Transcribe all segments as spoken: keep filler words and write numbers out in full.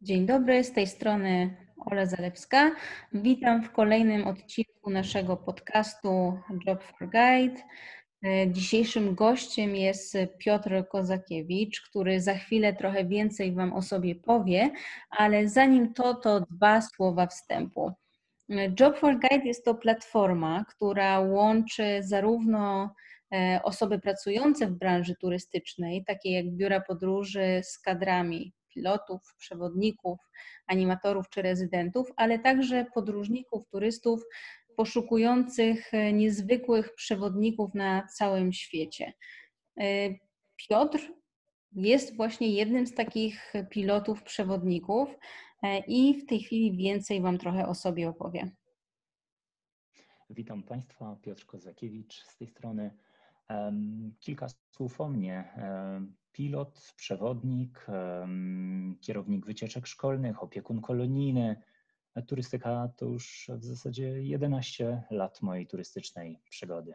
Dzień dobry, z tej strony Ola Zalewska. Witam w kolejnym odcinku naszego podcastu Job for Guide. Dzisiejszym gościem jest Piotr Kozakiewicz, który za chwilę trochę więcej Wam o sobie powie, ale zanim to, to dwa słowa wstępu. Job for Guide jest to platforma, która łączy zarówno osoby pracujące w branży turystycznej, takie jak biura podróży, z kadrami pilotów, przewodników, animatorów czy rezydentów, ale także podróżników, turystów poszukujących niezwykłych przewodników na całym świecie. Piotr jest właśnie jednym z takich pilotów, przewodników i w tej chwili więcej Wam trochę o sobie opowie. Witam Państwa, Piotr Kozakiewicz z tej strony. Kilka słów o mnie. Pilot, przewodnik, kierownik wycieczek szkolnych, opiekun kolonijny. Turystyka to już w zasadzie jedenaście lat mojej turystycznej przygody.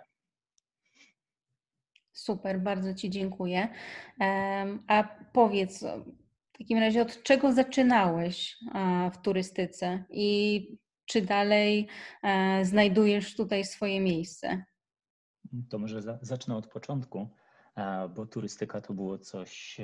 Super, bardzo Ci dziękuję. A powiedz, w takim razie od czego zaczynałeś w turystyce i czy dalej znajdujesz tutaj swoje miejsce? To może za, zacznę od początku, bo turystyka to było coś,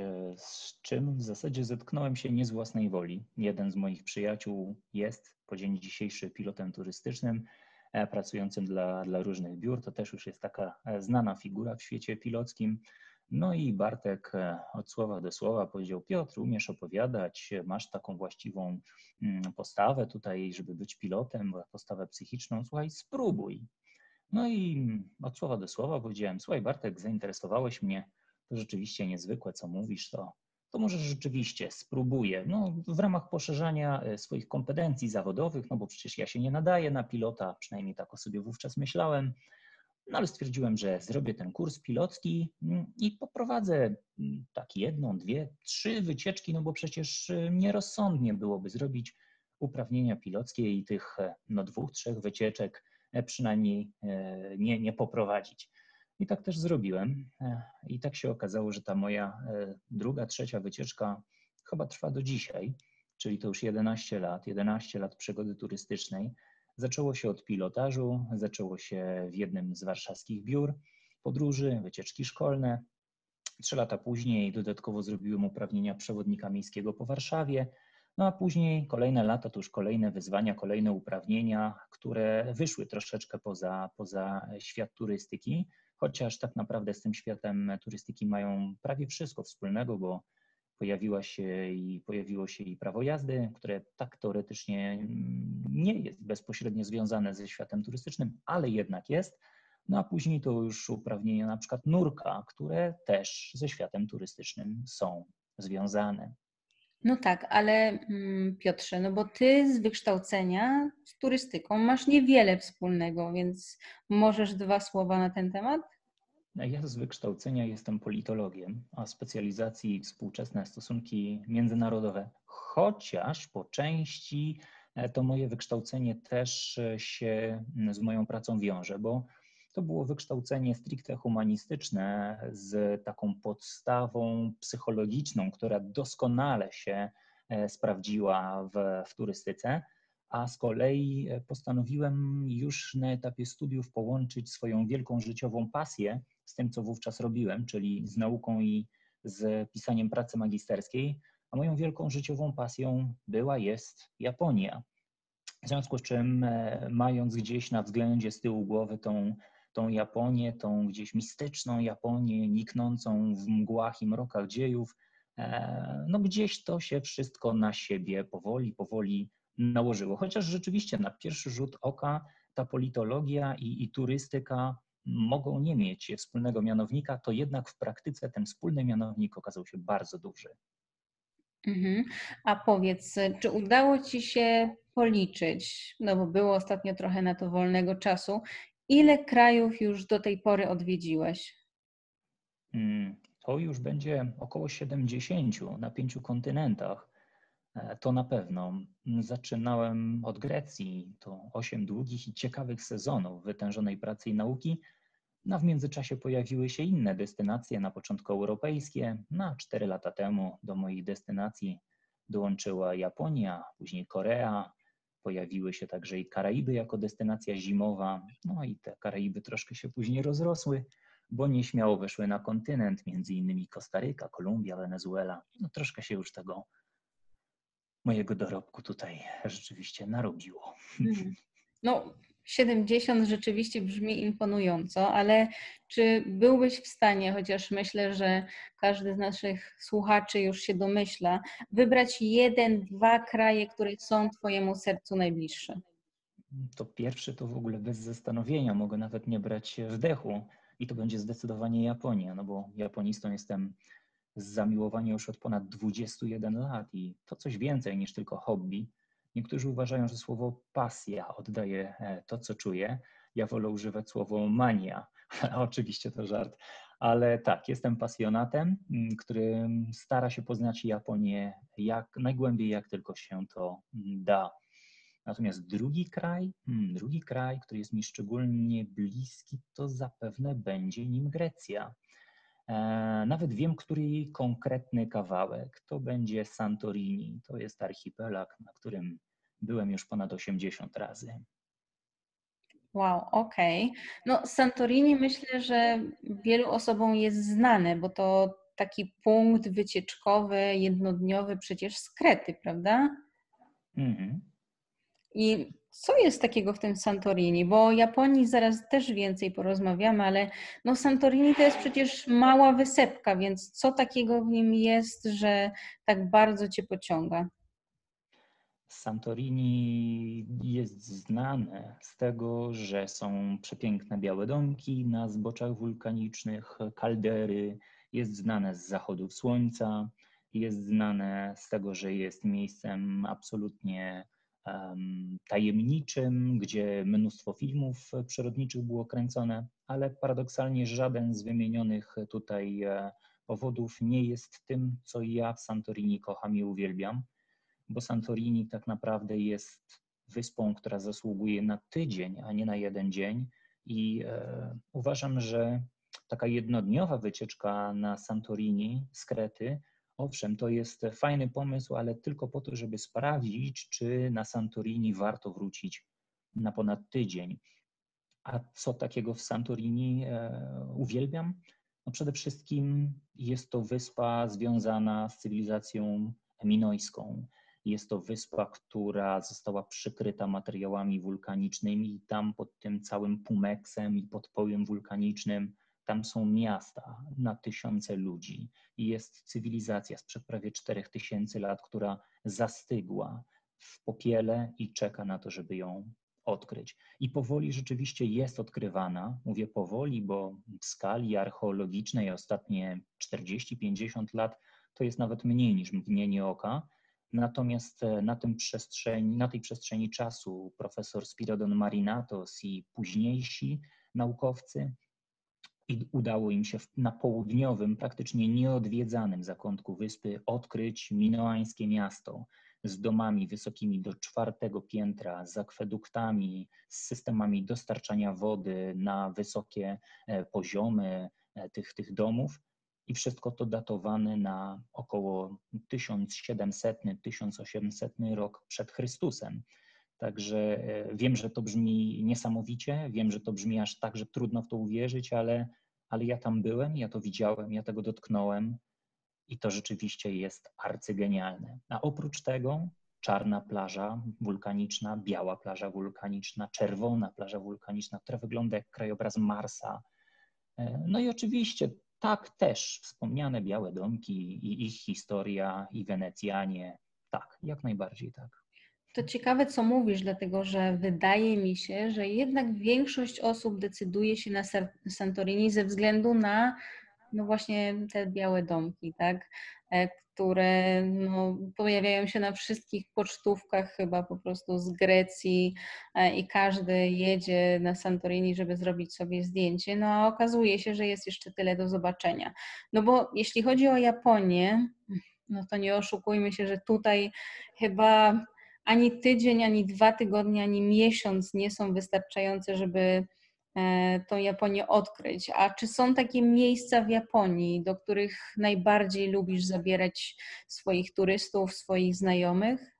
z czym w zasadzie zetknąłem się nie z własnej woli. Jeden z moich przyjaciół jest po dzień dzisiejszy pilotem turystycznym, pracującym dla, dla różnych biur. To też już jest taka znana figura w świecie pilockim. No i Bartek od słowa do słowa powiedział: Piotr, umiesz opowiadać, masz taką właściwą postawę tutaj, żeby być pilotem, postawę psychiczną, słuchaj, spróbuj. No i od słowa do słowa powiedziałem: słuchaj Bartek, zainteresowałeś mnie, to rzeczywiście niezwykłe, co mówisz, to, to może rzeczywiście spróbuję. No, w ramach poszerzania swoich kompetencji zawodowych, no bo przecież ja się nie nadaję na pilota, przynajmniej tak o sobie wówczas myślałem, no ale stwierdziłem, że zrobię ten kurs pilocki i poprowadzę tak jedną, dwie, trzy wycieczki, no bo przecież nierozsądnie byłoby zrobić uprawnienia pilockie i tych no, dwóch, trzech wycieczek przynajmniej nie, nie poprowadzić. I tak też zrobiłem. I tak się okazało, że ta moja druga, trzecia wycieczka chyba trwa do dzisiaj, czyli to już jedenaście lat, jedenaście lat przygody turystycznej. Zaczęło się od pilotażu, zaczęło się w jednym z warszawskich biur podróży, wycieczki szkolne. Trzy lata później dodatkowo zrobiłem uprawnienia przewodnika miejskiego po Warszawie. No a później kolejne lata to już kolejne wyzwania, kolejne uprawnienia, które wyszły troszeczkę poza, poza świat turystyki, chociaż tak naprawdę z tym światem turystyki mają prawie wszystko wspólnego, bo pojawiła się i pojawiło się i prawo jazdy, które tak teoretycznie nie jest bezpośrednio związane ze światem turystycznym, ale jednak jest. No a później to już uprawnienia na przykład nurka, które też ze światem turystycznym są związane. No tak, ale Piotrze, no bo Ty z wykształcenia z turystyką masz niewiele wspólnego, więc możesz dwa słowa na ten temat? Ja z wykształcenia jestem politologiem, a specjalizacji współczesne stosunki międzynarodowe, chociaż po części to moje wykształcenie też się z moją pracą wiąże, bo to było wykształcenie stricte humanistyczne z taką podstawą psychologiczną, która doskonale się sprawdziła w, w turystyce. A z kolei postanowiłem już na etapie studiów połączyć swoją wielką życiową pasję z tym, co wówczas robiłem, czyli z nauką i z pisaniem pracy magisterskiej, a moją wielką życiową pasją była, jest Japonia. W związku z czym, mając gdzieś na względzie z tyłu głowy tą, tą Japonię, tą gdzieś mistyczną Japonię, niknącą w mgłach i mrokach dziejów, no gdzieś to się wszystko na siebie powoli, powoli nałożyło. Chociaż rzeczywiście na pierwszy rzut oka ta politologia i, i turystyka mogą nie mieć wspólnego mianownika, to jednak w praktyce ten wspólny mianownik okazał się bardzo duży. Mhm. A powiedz, czy udało Ci się policzyć, no bo było ostatnio trochę na to wolnego czasu, ile krajów już do tej pory odwiedziłeś? To już będzie około siedemdziesięciu na pięciu kontynentach. To na pewno. Zaczynałem od Grecji, to osiem długich i ciekawych sezonów wytężonej pracy i nauki. No, w międzyczasie pojawiły się inne destynacje, na początku europejskie. Na cztery lata temu do moich destynacji dołączyła Japonia, później Korea, pojawiły się także i Karaiby jako destynacja zimowa, no i te Karaiby troszkę się później rozrosły, bo nieśmiało weszły na kontynent, między innymi Kostaryka, Kolumbia, Wenezuela. No troszkę się już tego mojego dorobku tutaj rzeczywiście narobiło. Mhm. No, siedemdziesiąt rzeczywiście brzmi imponująco, ale czy byłbyś w stanie, chociaż myślę, że każdy z naszych słuchaczy już się domyśla, wybrać jeden, dwa kraje, które są Twojemu sercu najbliższe? To pierwszy to w ogóle bez zastanowienia, mogę nawet nie brać wdechu i to będzie zdecydowanie Japonia, no bo japonistą jestem z zamiłowania już od ponad dwudziestu jeden lat i to coś więcej niż tylko hobby. Niektórzy uważają, że słowo pasja oddaje to, co czuję. Ja wolę używać słowo mania. Oczywiście to żart, ale tak, jestem pasjonatem, który stara się poznać Japonię jak najgłębiej, jak tylko się to da. Natomiast drugi kraj, hmm, drugi kraj, który jest mi szczególnie bliski, to zapewne będzie nim Grecja. E, nawet wiem, który konkretny kawałek. To będzie Santorini. To jest archipelag, na którym byłem już ponad osiemdziesiąt razy. Wow, okej. No Santorini myślę, że wielu osobom jest znane, bo to taki punkt wycieczkowy, jednodniowy przecież z Krety, prawda? Mhm. I co jest takiego w tym Santorini? Bo o Japonii zaraz też więcej porozmawiamy, ale no Santorini to jest przecież mała wysepka, więc co takiego w nim jest, że tak bardzo cię pociąga? Santorini jest znane z tego, że są przepiękne białe domki na zboczach wulkanicznych, kaldery, jest znane z zachodów słońca, jest znane z tego, że jest miejscem absolutnie um, tajemniczym, gdzie mnóstwo filmów przyrodniczych było kręcone, ale paradoksalnie żaden z wymienionych tutaj e, powodów nie jest tym, co ja w Santorini kocham i uwielbiam, bo Santorini tak naprawdę jest wyspą, która zasługuje na tydzień, a nie na jeden dzień. I e, uważam, że taka jednodniowa wycieczka na Santorini z Krety, owszem, to jest fajny pomysł, ale tylko po to, żeby sprawdzić, czy na Santorini warto wrócić na ponad tydzień. A co takiego w Santorini e, uwielbiam? No przede wszystkim jest to wyspa związana z cywilizacją minojską. Jest to wyspa, która została przykryta materiałami wulkanicznymi i tam pod tym całym pumeksem i podpołem wulkanicznym, tam są miasta na tysiące ludzi. I jest cywilizacja sprzed prawie czterech tysięcy lat, która zastygła w popiele i czeka na to, żeby ją odkryć. I powoli rzeczywiście jest odkrywana. Mówię powoli, bo w skali archeologicznej ostatnie czterdzieści pięćdziesiąt lat to jest nawet mniej niż mgnienie oka. Natomiast na, tym przestrzeni, na tej przestrzeni czasu profesor Spiridon Marinatos i późniejsi naukowcy i udało im się na południowym, praktycznie nieodwiedzanym zakątku wyspy odkryć minoańskie miasto z domami wysokimi do czwartego piętra, z akweduktami, z systemami dostarczania wody na wysokie poziomy tych, tych domów. I wszystko to datowane na około tysiąc siedemsetny do tysiąc osiemsetnego rok przed Chrystusem. Także wiem, że to brzmi niesamowicie, wiem, że to brzmi aż tak, że trudno w to uwierzyć, ale, ale ja tam byłem, ja to widziałem, ja tego dotknąłem i to rzeczywiście jest arcygenialne. A oprócz tego czarna plaża wulkaniczna, biała plaża wulkaniczna, czerwona plaża wulkaniczna, która wygląda jak krajobraz Marsa. No i oczywiście tak też wspomniane białe domki i ich historia i Wenecjanie. Tak, jak najbardziej tak. To ciekawe, co mówisz, dlatego że wydaje mi się, że jednak większość osób decyduje się na Santorini ze względu na no właśnie te białe domki, tak, e, które no, pojawiają się na wszystkich pocztówkach chyba po prostu z Grecji e, i każdy jedzie na Santorini, żeby zrobić sobie zdjęcie, no a okazuje się, że jest jeszcze tyle do zobaczenia. No bo jeśli chodzi o Japonię, no to nie oszukujmy się, że tutaj chyba ani tydzień, ani dwa tygodnie, ani miesiąc nie są wystarczające, żeby tą Japonię odkryć. A czy są takie miejsca w Japonii, do których najbardziej lubisz zabierać swoich turystów, swoich znajomych?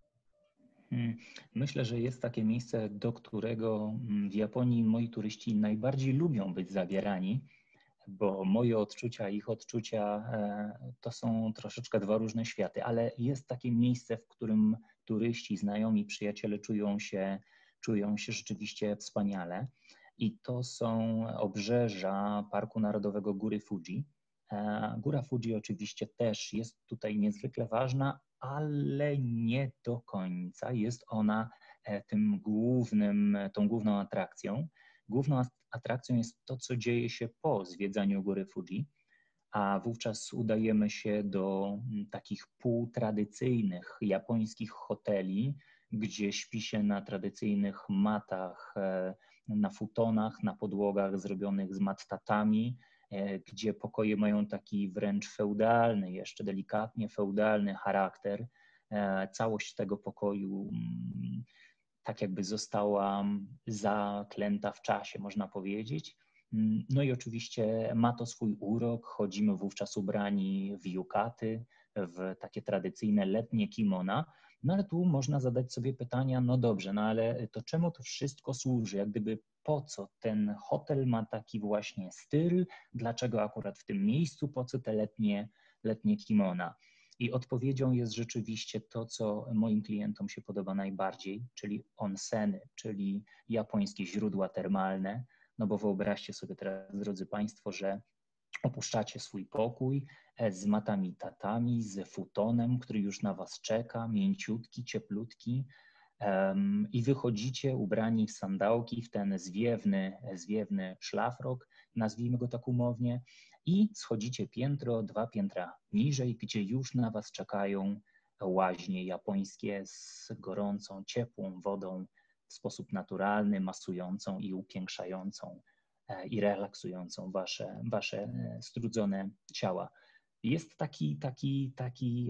Hmm. Myślę, że jest takie miejsce, do którego w Japonii moi turyści najbardziej lubią być zabierani, bo moje odczucia, ich odczucia to są troszeczkę dwa różne światy, ale jest takie miejsce, w którym turyści, znajomi, przyjaciele czują się, czują się rzeczywiście wspaniale. I to są obrzeża Parku Narodowego Góry Fuji. Góra Fuji oczywiście też jest tutaj niezwykle ważna, ale nie do końca jest ona tym głównym, tą główną atrakcją. Główną atrakcją jest to, co dzieje się po zwiedzaniu góry Fuji, a wówczas udajemy się do takich półtradycyjnych japońskich hoteli, gdzie śpi się na tradycyjnych matach, na futonach, na podłogach zrobionych z mat tatami, gdzie pokoje mają taki wręcz feudalny, jeszcze delikatnie feudalny charakter. Całość tego pokoju tak jakby została zaklęta w czasie, można powiedzieć. No i oczywiście ma to swój urok. Chodzimy wówczas ubrani w yukaty, w takie tradycyjne letnie kimona. No ale tu można zadać sobie pytania, no dobrze, no ale to czemu to wszystko służy? Jak gdyby po co ten hotel ma taki właśnie styl? Dlaczego akurat w tym miejscu? Po co te letnie, letnie kimona? I odpowiedzią jest rzeczywiście to, co moim klientom się podoba najbardziej, czyli onseny, czyli japońskie źródła termalne. No bo wyobraźcie sobie teraz, drodzy Państwo, że opuszczacie swój pokój z matami tatami, z futonem, który już na Was czeka, mięciutki, cieplutki, um, i wychodzicie ubrani w sandałki, w ten zwiewny, zwiewny szlafrok, nazwijmy go tak umownie, i schodzicie piętro, dwa piętra niżej, gdzie już na Was czekają łaźnie japońskie z gorącą, ciepłą wodą w sposób naturalny, masującą i upiększającą i relaksującą wasze, wasze strudzone ciała. Jest taki, taki, taki,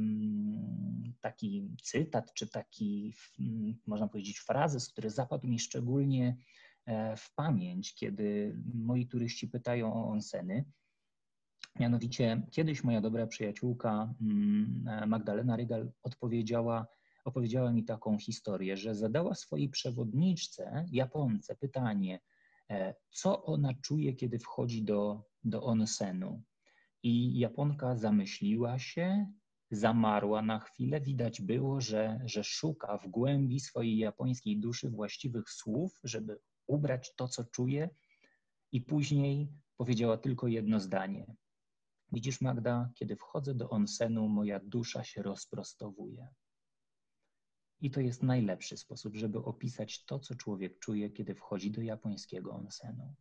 taki cytat, czy taki, można powiedzieć, frazes, który zapadł mi szczególnie w pamięć, kiedy moi turyści pytają o onseny. Mianowicie kiedyś moja dobra przyjaciółka Magdalena Rygal odpowiedziała, opowiedziała mi taką historię, że zadała swojej przewodniczce, Japonce, pytanie, co ona czuje, kiedy wchodzi do, do onsenu. I Japonka zamyśliła się, zamarła na chwilę. Widać było, że, że szuka w głębi swojej japońskiej duszy właściwych słów, żeby ubrać to, co czuje. I później powiedziała tylko jedno zdanie. Widzisz, Magda, kiedy wchodzę do onsenu, moja dusza się rozprostowuje. I to jest najlepszy sposób, żeby opisać to, co człowiek czuje, kiedy wchodzi do japońskiego onsenu.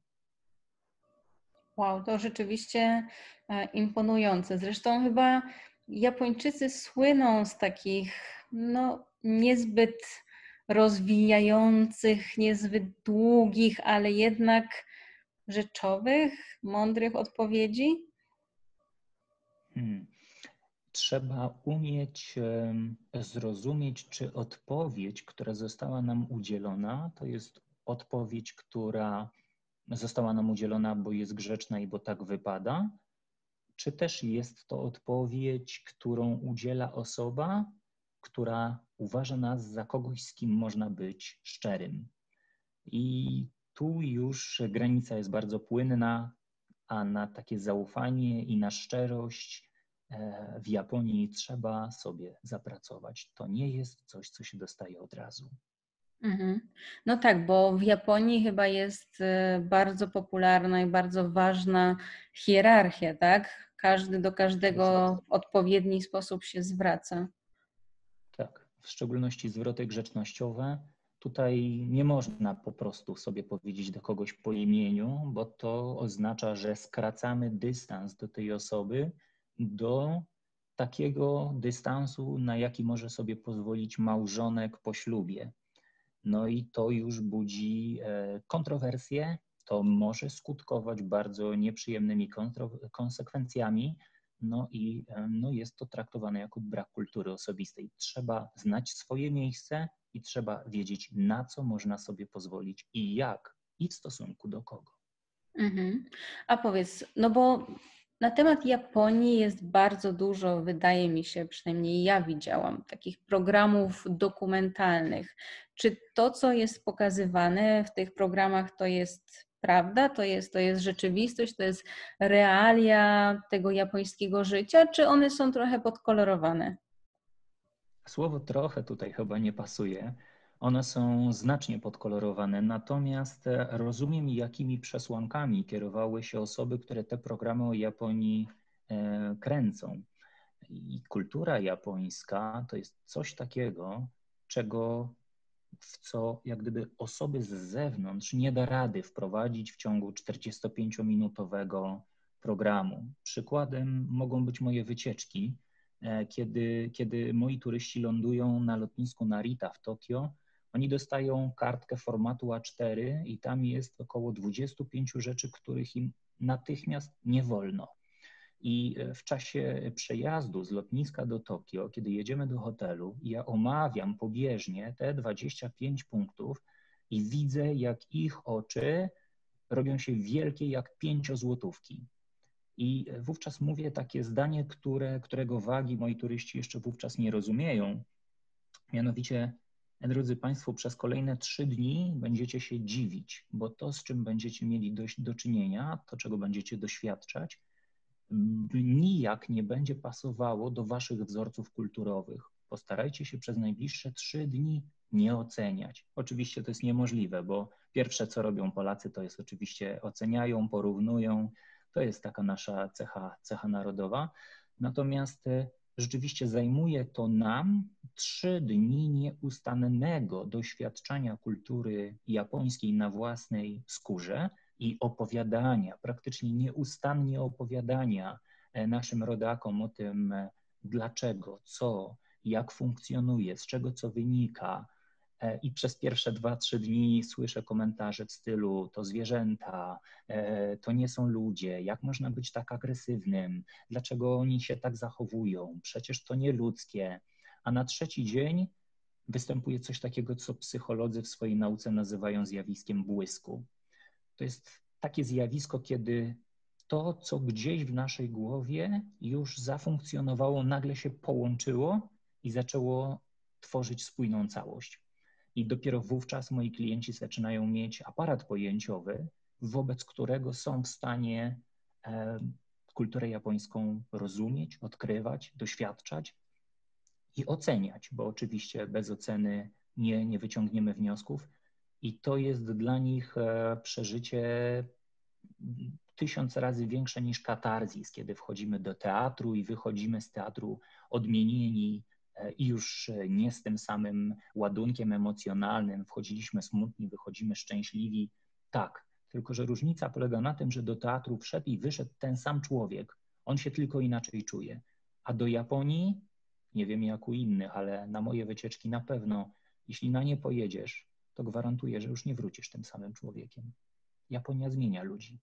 Wow, to rzeczywiście imponujące. Zresztą chyba Japończycy słyną z takich no, niezbyt rozwijających, niezbyt długich, ale jednak rzeczowych, mądrych odpowiedzi. Hmm. Trzeba umieć zrozumieć, czy odpowiedź, która została nam udzielona, to jest odpowiedź, która została nam udzielona, bo jest grzeczna i bo tak wypada, czy też jest to odpowiedź, którą udziela osoba, która uważa nas za kogoś, z kim można być szczerym. I tu już granica jest bardzo płynna, a na takie zaufanie i na szczerość w Japonii trzeba sobie zapracować. To nie jest coś, co się dostaje od razu. Mhm. No tak, bo w Japonii chyba jest bardzo popularna i bardzo ważna hierarchia, tak? Każdy do każdego w odpowiedni sposób się zwraca. Tak, w szczególności zwroty grzecznościowe. Tutaj nie można po prostu sobie powiedzieć do kogoś po imieniu, bo to oznacza, że skracamy dystans do tej osoby do takiego dystansu, na jaki może sobie pozwolić małżonek po ślubie. No i to już budzi kontrowersje, to może skutkować bardzo nieprzyjemnymi konsekwencjami, no i no jest to traktowane jako brak kultury osobistej. Trzeba znać swoje miejsce i trzeba wiedzieć, na co można sobie pozwolić i jak i w stosunku do kogo. Mhm. A powiedz, no bo na temat Japonii jest bardzo dużo, wydaje mi się, przynajmniej ja widziałam, takich programów dokumentalnych. Czy to, co jest pokazywane w tych programach, to jest prawda, to jest, to jest rzeczywistość, to jest realia tego japońskiego życia, czy one są trochę podkolorowane? Słowo trochę tutaj chyba nie pasuje. One są znacznie podkolorowane, natomiast e, rozumiem, jakimi przesłankami kierowały się osoby, które te programy o Japonii e, kręcą. I kultura japońska to jest coś takiego, czego w co jak gdyby osoby z zewnątrz nie da rady wprowadzić w ciągu czterdziestopięciominutowego programu. Przykładem mogą być moje wycieczki, e, kiedy, kiedy moi turyści lądują na lotnisku Narita w Tokio. Oni dostają kartkę formatu A cztery i tam jest około dwadzieścia pięć rzeczy, których im natychmiast nie wolno. I w czasie przejazdu z lotniska do Tokio, kiedy jedziemy do hotelu, ja omawiam pobieżnie te dwadzieścia pięć punktów i widzę, jak ich oczy robią się wielkie jak pięciozłotówki. I wówczas mówię takie zdanie, które, którego wagi moi turyści jeszcze wówczas nie rozumieją. Mianowicie, drodzy Państwo, przez kolejne trzy dni będziecie się dziwić, bo to, z czym będziecie mieli do, do czynienia, to, czego będziecie doświadczać, nijak nie będzie pasowało do waszych wzorców kulturowych. Postarajcie się przez najbliższe trzy dni nie oceniać. Oczywiście to jest niemożliwe, bo pierwsze, co robią Polacy, to jest oczywiście oceniają, porównują. To jest taka nasza cecha, cecha narodowa. Natomiast rzeczywiście zajmuje to nam trzy dni nieustannego doświadczania kultury japońskiej na własnej skórze i opowiadania, praktycznie nieustannie opowiadania naszym rodakom o tym, dlaczego, co, jak funkcjonuje, z czego co wynika. I przez pierwsze dwa, trzy dni słyszę komentarze w stylu: to zwierzęta, to nie są ludzie, jak można być tak agresywnym, dlaczego oni się tak zachowują, przecież to nie ludzkie. A na trzeci dzień występuje coś takiego, co psycholodzy w swojej nauce nazywają zjawiskiem błysku. To jest takie zjawisko, kiedy to, co gdzieś w naszej głowie już zafunkcjonowało, nagle się połączyło i zaczęło tworzyć spójną całość. I dopiero wówczas moi klienci zaczynają mieć aparat pojęciowy, wobec którego są w stanie e, kulturę japońską rozumieć, odkrywać, doświadczać i oceniać, bo oczywiście bez oceny nie, nie wyciągniemy wniosków. I to jest dla nich przeżycie tysiąc razy większe niż katarzis, kiedy wchodzimy do teatru i wychodzimy z teatru odmienieni i już nie z tym samym ładunkiem emocjonalnym. Wchodziliśmy smutni, wychodzimy szczęśliwi. Tak, tylko że różnica polega na tym, że do teatru wszedł i wyszedł ten sam człowiek. On się tylko inaczej czuje. A do Japonii, nie wiem jak u innych, ale na moje wycieczki na pewno, jeśli na nie pojedziesz, to gwarantuję, że już nie wrócisz tym samym człowiekiem. Japonia zmienia ludzi.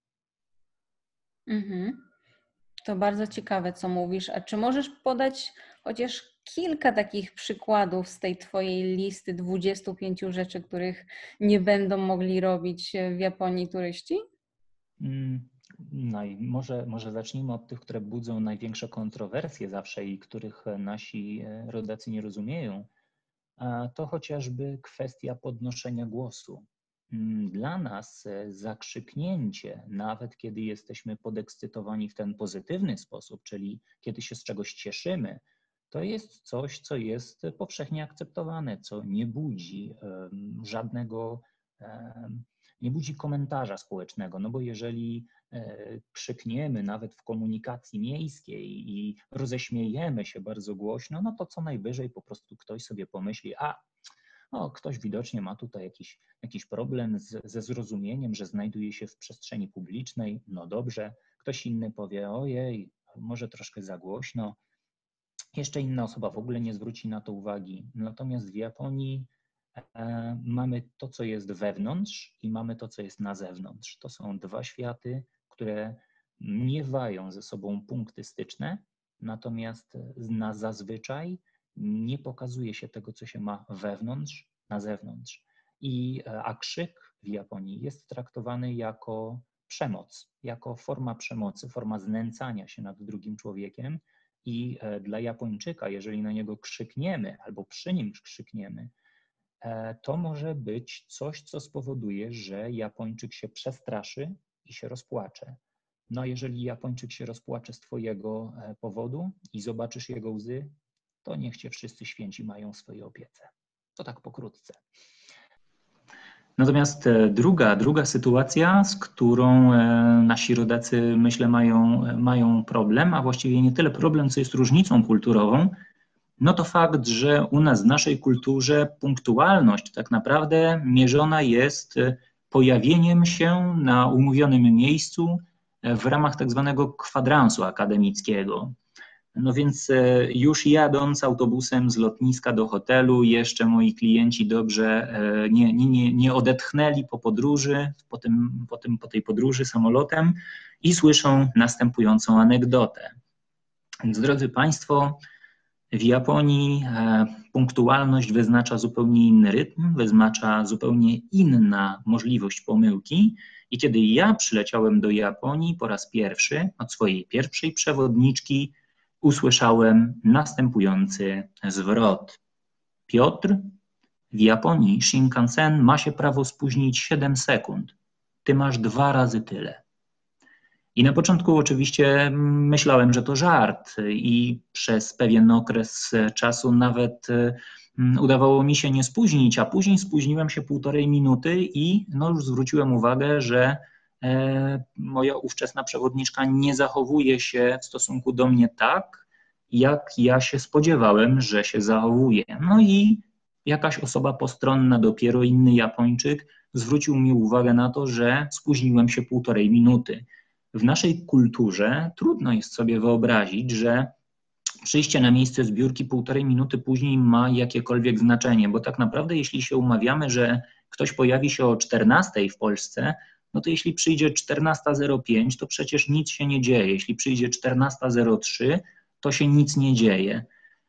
Mhm. To bardzo ciekawe, co mówisz. A czy możesz podać chociaż kilka takich przykładów z tej twojej listy dwudziestu pięciu rzeczy, których nie będą mogli robić w Japonii turyści? No i może, może zacznijmy od tych, które budzą największe kontrowersje zawsze i których nasi rodacy nie rozumieją. To chociażby kwestia podnoszenia głosu. Dla nas zakrzyknięcie, nawet kiedy jesteśmy podekscytowani w ten pozytywny sposób, czyli kiedy się z czegoś cieszymy, to jest coś, co jest powszechnie akceptowane, co nie budzi żadnego, nie budzi komentarza społecznego, no bo jeżeli krzykniemy nawet w komunikacji miejskiej i roześmiejemy się bardzo głośno, no to co najwyżej po prostu ktoś sobie pomyśli: a no, ktoś widocznie ma tutaj jakiś, jakiś problem z, ze zrozumieniem, że znajduje się w przestrzeni publicznej, no dobrze. Ktoś inny powie: ojej, może troszkę za głośno. Jeszcze inna osoba w ogóle nie zwróci na to uwagi. Natomiast w Japonii e, mamy to, co jest wewnątrz i mamy to, co jest na zewnątrz. To są dwa światy, które miewają ze sobą punkty styczne, natomiast na zazwyczaj nie pokazuje się tego, co się ma wewnątrz, na zewnątrz. I, a krzyk w Japonii jest traktowany jako przemoc, jako forma przemocy, forma znęcania się nad drugim człowiekiem i dla Japończyka, jeżeli na niego krzykniemy albo przy nim krzykniemy, to może być coś, co spowoduje, że Japończyk się przestraszy i się rozpłacze. No a jeżeli Japończyk się rozpłacze z twojego powodu i zobaczysz jego łzy, to niech cię wszyscy święci mają w swojej opiece. To tak pokrótce. Natomiast druga, druga sytuacja, z którą nasi rodacy, myślę, mają, mają problem, a właściwie nie tyle problem, co jest różnicą kulturową, no to fakt, że u nas w naszej kulturze punktualność tak naprawdę mierzona jest pojawieniem się na umówionym miejscu w ramach tak zwanego kwadransu akademickiego. No więc już jadąc autobusem z lotniska do hotelu, jeszcze moi klienci dobrze nie, nie, nie odetchnęli po podróży, po, tym, po, tym, po tej podróży samolotem i słyszą następującą anegdotę. Więc drodzy Państwo, w Japonii punktualność wyznacza zupełnie inny rytm, wyznacza zupełnie inna możliwość pomyłki i kiedy ja przyleciałem do Japonii po raz pierwszy od swojej pierwszej przewodniczki, usłyszałem następujący zwrot. Piotr, w Japonii Shinkansen ma się prawo spóźnić siedem sekund. Ty masz dwa razy tyle. I na początku oczywiście myślałem, że to żart i przez pewien okres czasu nawet udawało mi się nie spóźnić, a później spóźniłem się półtorej minuty i no już zwróciłem uwagę, że moja ówczesna przewodniczka nie zachowuje się w stosunku do mnie tak, jak ja się spodziewałem, że się zachowuje. No i jakaś osoba postronna, dopiero inny Japończyk, zwrócił mi uwagę na to, że spóźniłem się półtorej minuty. W naszej kulturze trudno jest sobie wyobrazić, że przyjście na miejsce zbiórki półtorej minuty później ma jakiekolwiek znaczenie, bo tak naprawdę jeśli się umawiamy, że ktoś pojawi się o czternastej w Polsce, no to jeśli przyjdzie czternasta zero pięć, to przecież nic się nie dzieje. Jeśli przyjdzie czternasta zero trzy, to się nic nie dzieje.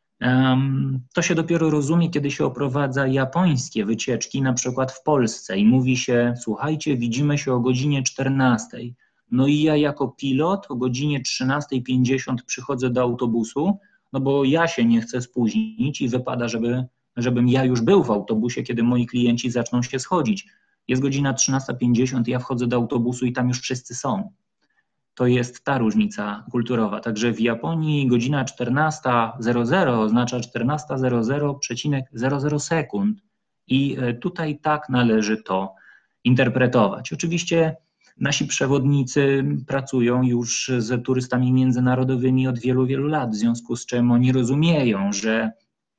Um, to się dopiero rozumie, kiedy się oprowadza japońskie wycieczki, na przykład w Polsce i mówi się, słuchajcie, widzimy się o godzinie czternastej. No i ja jako pilot o godzinie trzynasta pięćdziesiąt przychodzę do autobusu, no bo ja się nie chcę spóźnić i wypada, żeby, żebym ja już był w autobusie, kiedy moi klienci zaczną się schodzić. Jest godzina trzynasta pięćdziesiąt, ja wchodzę do autobusu i tam już wszyscy są. To jest ta różnica kulturowa. Także w Japonii godzina czternasta zero zero oznacza czternasta zero zero przecinek zero zero sekund. I tutaj tak należy to interpretować. Oczywiście nasi przewodnicy pracują już z turystami międzynarodowymi od wielu, wielu lat, w związku z czym oni rozumieją, że,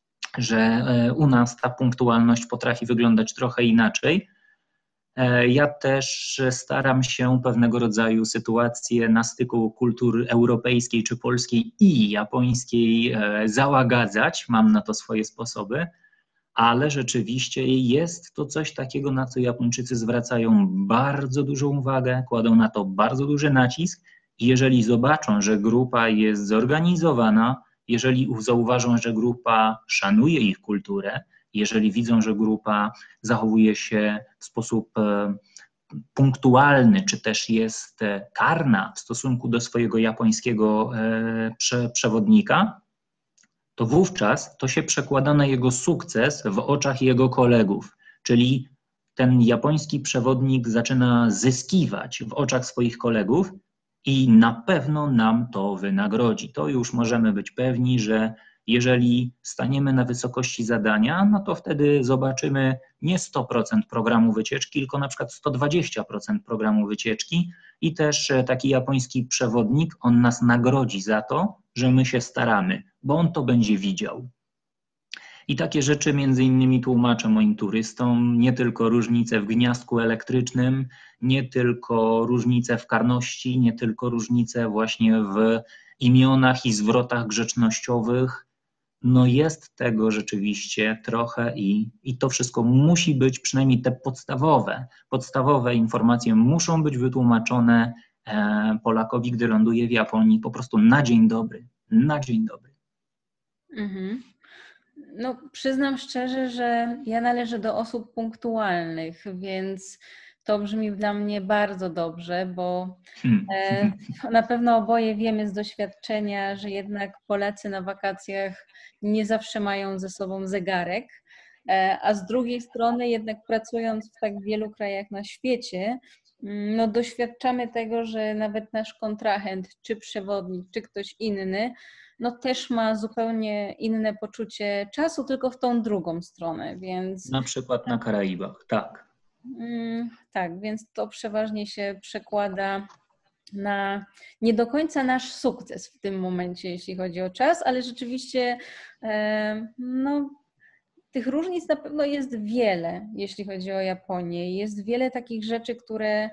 że u nas ta punktualność potrafi wyglądać trochę inaczej. Ja też staram się pewnego rodzaju sytuacje na styku kultur europejskiej czy polskiej i japońskiej załagadzać. Mam na to swoje sposoby, ale rzeczywiście jest to coś takiego, na co Japończycy zwracają bardzo dużą uwagę, kładą na to bardzo duży nacisk i jeżeli zobaczą, że grupa jest zorganizowana, jeżeli zauważą, że grupa szanuje ich kulturę, jeżeli widzą, że grupa zachowuje się w sposób punktualny, czy też jest karna w stosunku do swojego japońskiego przewodnika, to wówczas to się przekłada na jego sukces w oczach jego kolegów, czyli ten japoński przewodnik zaczyna zyskiwać w oczach swoich kolegów i na pewno nam to wynagrodzi. To już możemy być pewni, że jeżeli staniemy na wysokości zadania, no to wtedy zobaczymy nie sto procent programu wycieczki, tylko na przykład sto dwadzieścia procent programu wycieczki i też taki japoński przewodnik, on nas nagrodzi za to, że my się staramy, bo on to będzie widział. I takie rzeczy między innymi tłumaczę moim turystom, nie tylko różnice w gniazdku elektrycznym, nie tylko różnice w karności, nie tylko różnice właśnie w imionach i zwrotach grzecznościowych. No jest tego rzeczywiście trochę i, i to wszystko musi być, przynajmniej te podstawowe, podstawowe informacje muszą być wytłumaczone e, Polakowi, gdy ląduje w Japonii po prostu na dzień dobry, na dzień dobry. Mhm. No, przyznam szczerze, że ja należę do osób punktualnych, więc To brzmi dla mnie bardzo dobrze, bo Hmm. e, na pewno oboje wiemy z doświadczenia, że jednak Polacy na wakacjach nie zawsze mają ze sobą zegarek, e, a z drugiej strony jednak pracując w tak wielu krajach na świecie, mm, no doświadczamy tego, że nawet nasz kontrahent, czy przewodnik, czy ktoś inny, no też ma zupełnie inne poczucie czasu, tylko w tą drugą stronę, więc Na przykład na Karaibach, tak. Mm, tak, więc to przeważnie się przekłada na nie do końca nasz sukces w tym momencie, jeśli chodzi o czas, ale rzeczywiście e, no, tych różnic na pewno jest wiele, jeśli chodzi o Japonię. Jest wiele takich rzeczy, które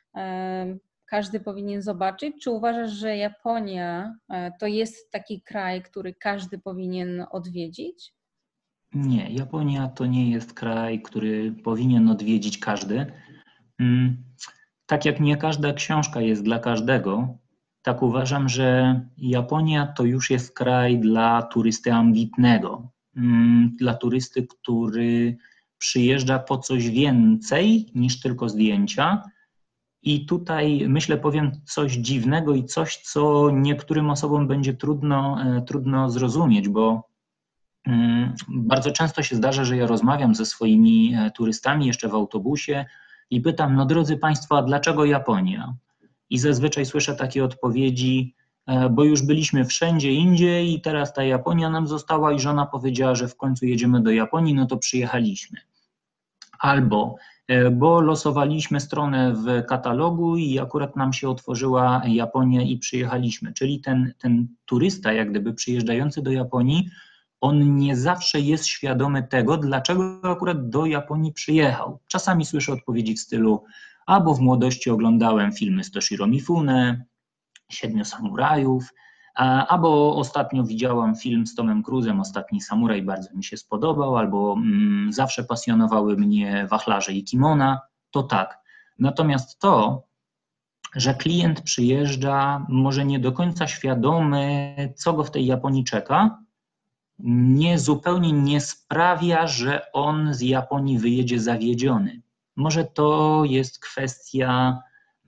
e, każdy powinien zobaczyć. Czy uważasz, że Japonia e, to jest taki kraj, który każdy powinien odwiedzić? Nie, Japonia to nie jest kraj, który powinien odwiedzić każdy. Mm, Tak jak nie każda książka jest dla każdego, tak uważam, że Japonia to już jest kraj dla turysty ambitnego, mm, dla turysty, który przyjeżdża po coś więcej niż tylko zdjęcia. I tutaj myślę, powiem coś dziwnego i coś, co niektórym osobom będzie trudno, e, trudno zrozumieć, bo mm, bardzo często się zdarza, że ja rozmawiam ze swoimi e, turystami jeszcze w autobusie i pytam, no drodzy Państwo, a dlaczego Japonia? I zazwyczaj słyszę takie odpowiedzi, e, bo już byliśmy wszędzie indziej i teraz ta Japonia nam została i żona powiedziała, że w końcu jedziemy do Japonii, no to przyjechaliśmy. Albo e, bo losowaliśmy stronę w katalogu i akurat nam się otworzyła Japonia i przyjechaliśmy. Czyli ten, ten turysta, jak gdyby przyjeżdżający do Japonii, on nie zawsze jest świadomy tego, dlaczego akurat do Japonii przyjechał. Czasami słyszę odpowiedzi w stylu, albo w młodości oglądałem filmy z Toshiro Mifune, Siedmiu Samurajów, albo ostatnio widziałam film z Tomem Cruise'em, Ostatni Samuraj, bardzo mi się spodobał, albo mm, zawsze pasjonowały mnie wachlarze i kimona, to tak. Natomiast to, że klient przyjeżdża może nie do końca świadomy, co go w tej Japonii czeka, nie zupełnie nie sprawia, że on z Japonii wyjedzie zawiedziony. Może to jest kwestia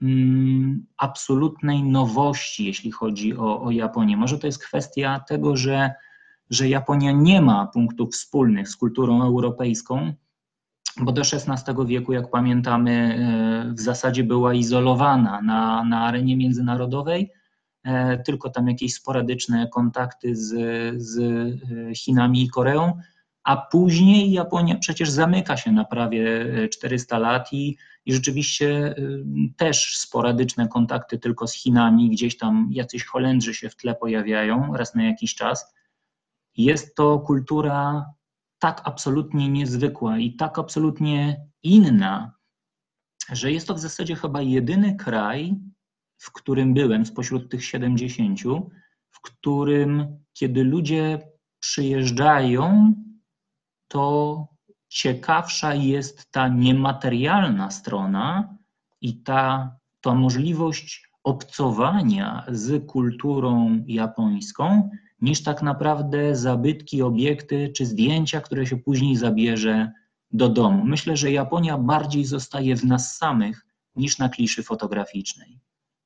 mm, absolutnej nowości, jeśli chodzi o, o Japonię. Może to jest kwestia tego, że, że Japonia nie ma punktów wspólnych z kulturą europejską, bo do szesnastego wieku, jak pamiętamy, w zasadzie była izolowana na, na arenie międzynarodowej, tylko tam jakieś sporadyczne kontakty z, z Chinami i Koreą, a później Japonia przecież zamyka się na prawie czterysta lat i, i rzeczywiście też sporadyczne kontakty tylko z Chinami, gdzieś tam jacyś Holendrzy się w tle pojawiają raz na jakiś czas. Jest to kultura tak absolutnie niezwykła i tak absolutnie inna, że jest to w zasadzie chyba jedyny kraj, w którym byłem spośród tych siedemdziesięciu, w którym kiedy ludzie przyjeżdżają, to ciekawsza jest ta niematerialna strona i ta, ta możliwość obcowania z kulturą japońską, niż tak naprawdę zabytki, obiekty czy zdjęcia, które się później zabierze do domu. Myślę, że Japonia bardziej zostaje w nas samych niż na kliszy fotograficznej.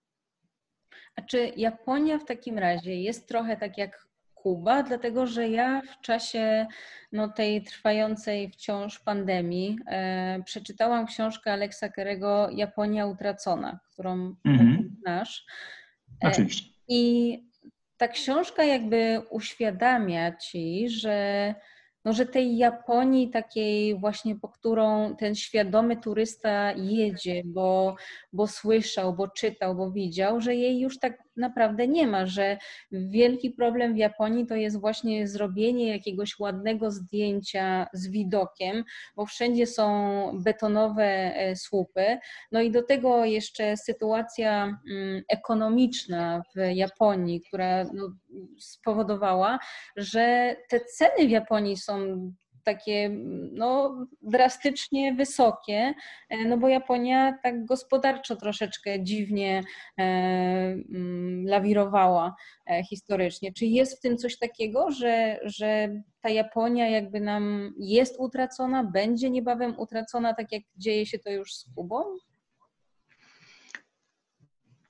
A czy Japonia w takim razie jest trochę tak jak Kuba, dlatego że ja w czasie no, tej trwającej wciąż pandemii e, przeczytałam książkę Alexa Carrego Japonia utracona, którą Mhm. znasz. E, Oczywiście. I ta książka jakby uświadamia ci, że no, że tej Japonii takiej właśnie, po którą ten świadomy turysta jedzie, bo, bo słyszał, bo czytał, bo widział, że jej już tak naprawdę nie ma, że wielki problem w Japonii to jest właśnie zrobienie jakiegoś ładnego zdjęcia z widokiem, bo wszędzie są betonowe słupy. No i do tego jeszcze sytuacja ekonomiczna w Japonii, która no, spowodowała, że te ceny w Japonii są takie no, drastycznie wysokie, no bo Japonia tak gospodarczo troszeczkę dziwnie e, lawirowała historycznie. Czy jest w tym coś takiego, że, że ta Japonia jakby nam jest utracona, będzie niebawem utracona, tak jak dzieje się to już z Kubą?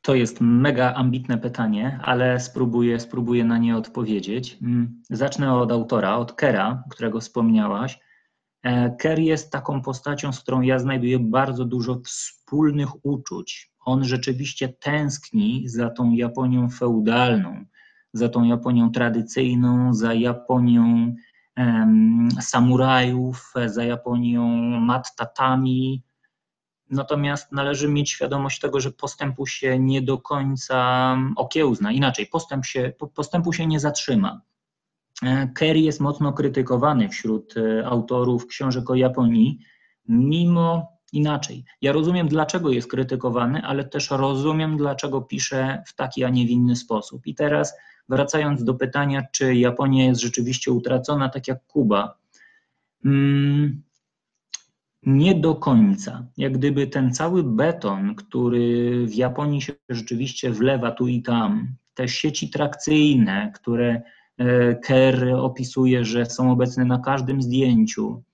To jest mega ambitne pytanie, ale spróbuję, spróbuję na nie odpowiedzieć. Zacznę od autora, od Kera, którego wspomniałaś. Ker jest taką postacią, z którą ja znajduję bardzo dużo wspólnych uczuć. On rzeczywiście tęskni za tą Japonią feudalną, za tą Japonią tradycyjną, za Japonią em, samurajów, za Japonią mat tatami. Natomiast należy mieć świadomość tego, że postępu się nie do końca okiełzna. Inaczej, postęp się, postępu się nie zatrzyma. Ker jest mocno krytykowany wśród autorów książek o Japonii, mimo inaczej. Ja rozumiem, dlaczego jest krytykowany, ale też rozumiem, dlaczego pisze w taki, a nie w inny sposób. I teraz wracając do pytania, czy Japonia jest rzeczywiście utracona, tak jak Kuba. Hmm, nie do końca. Jak gdyby ten cały beton, który w Japonii się rzeczywiście wlewa tu i tam, te sieci trakcyjne, które Ker opisuje, że są obecne na każdym zdjęciu.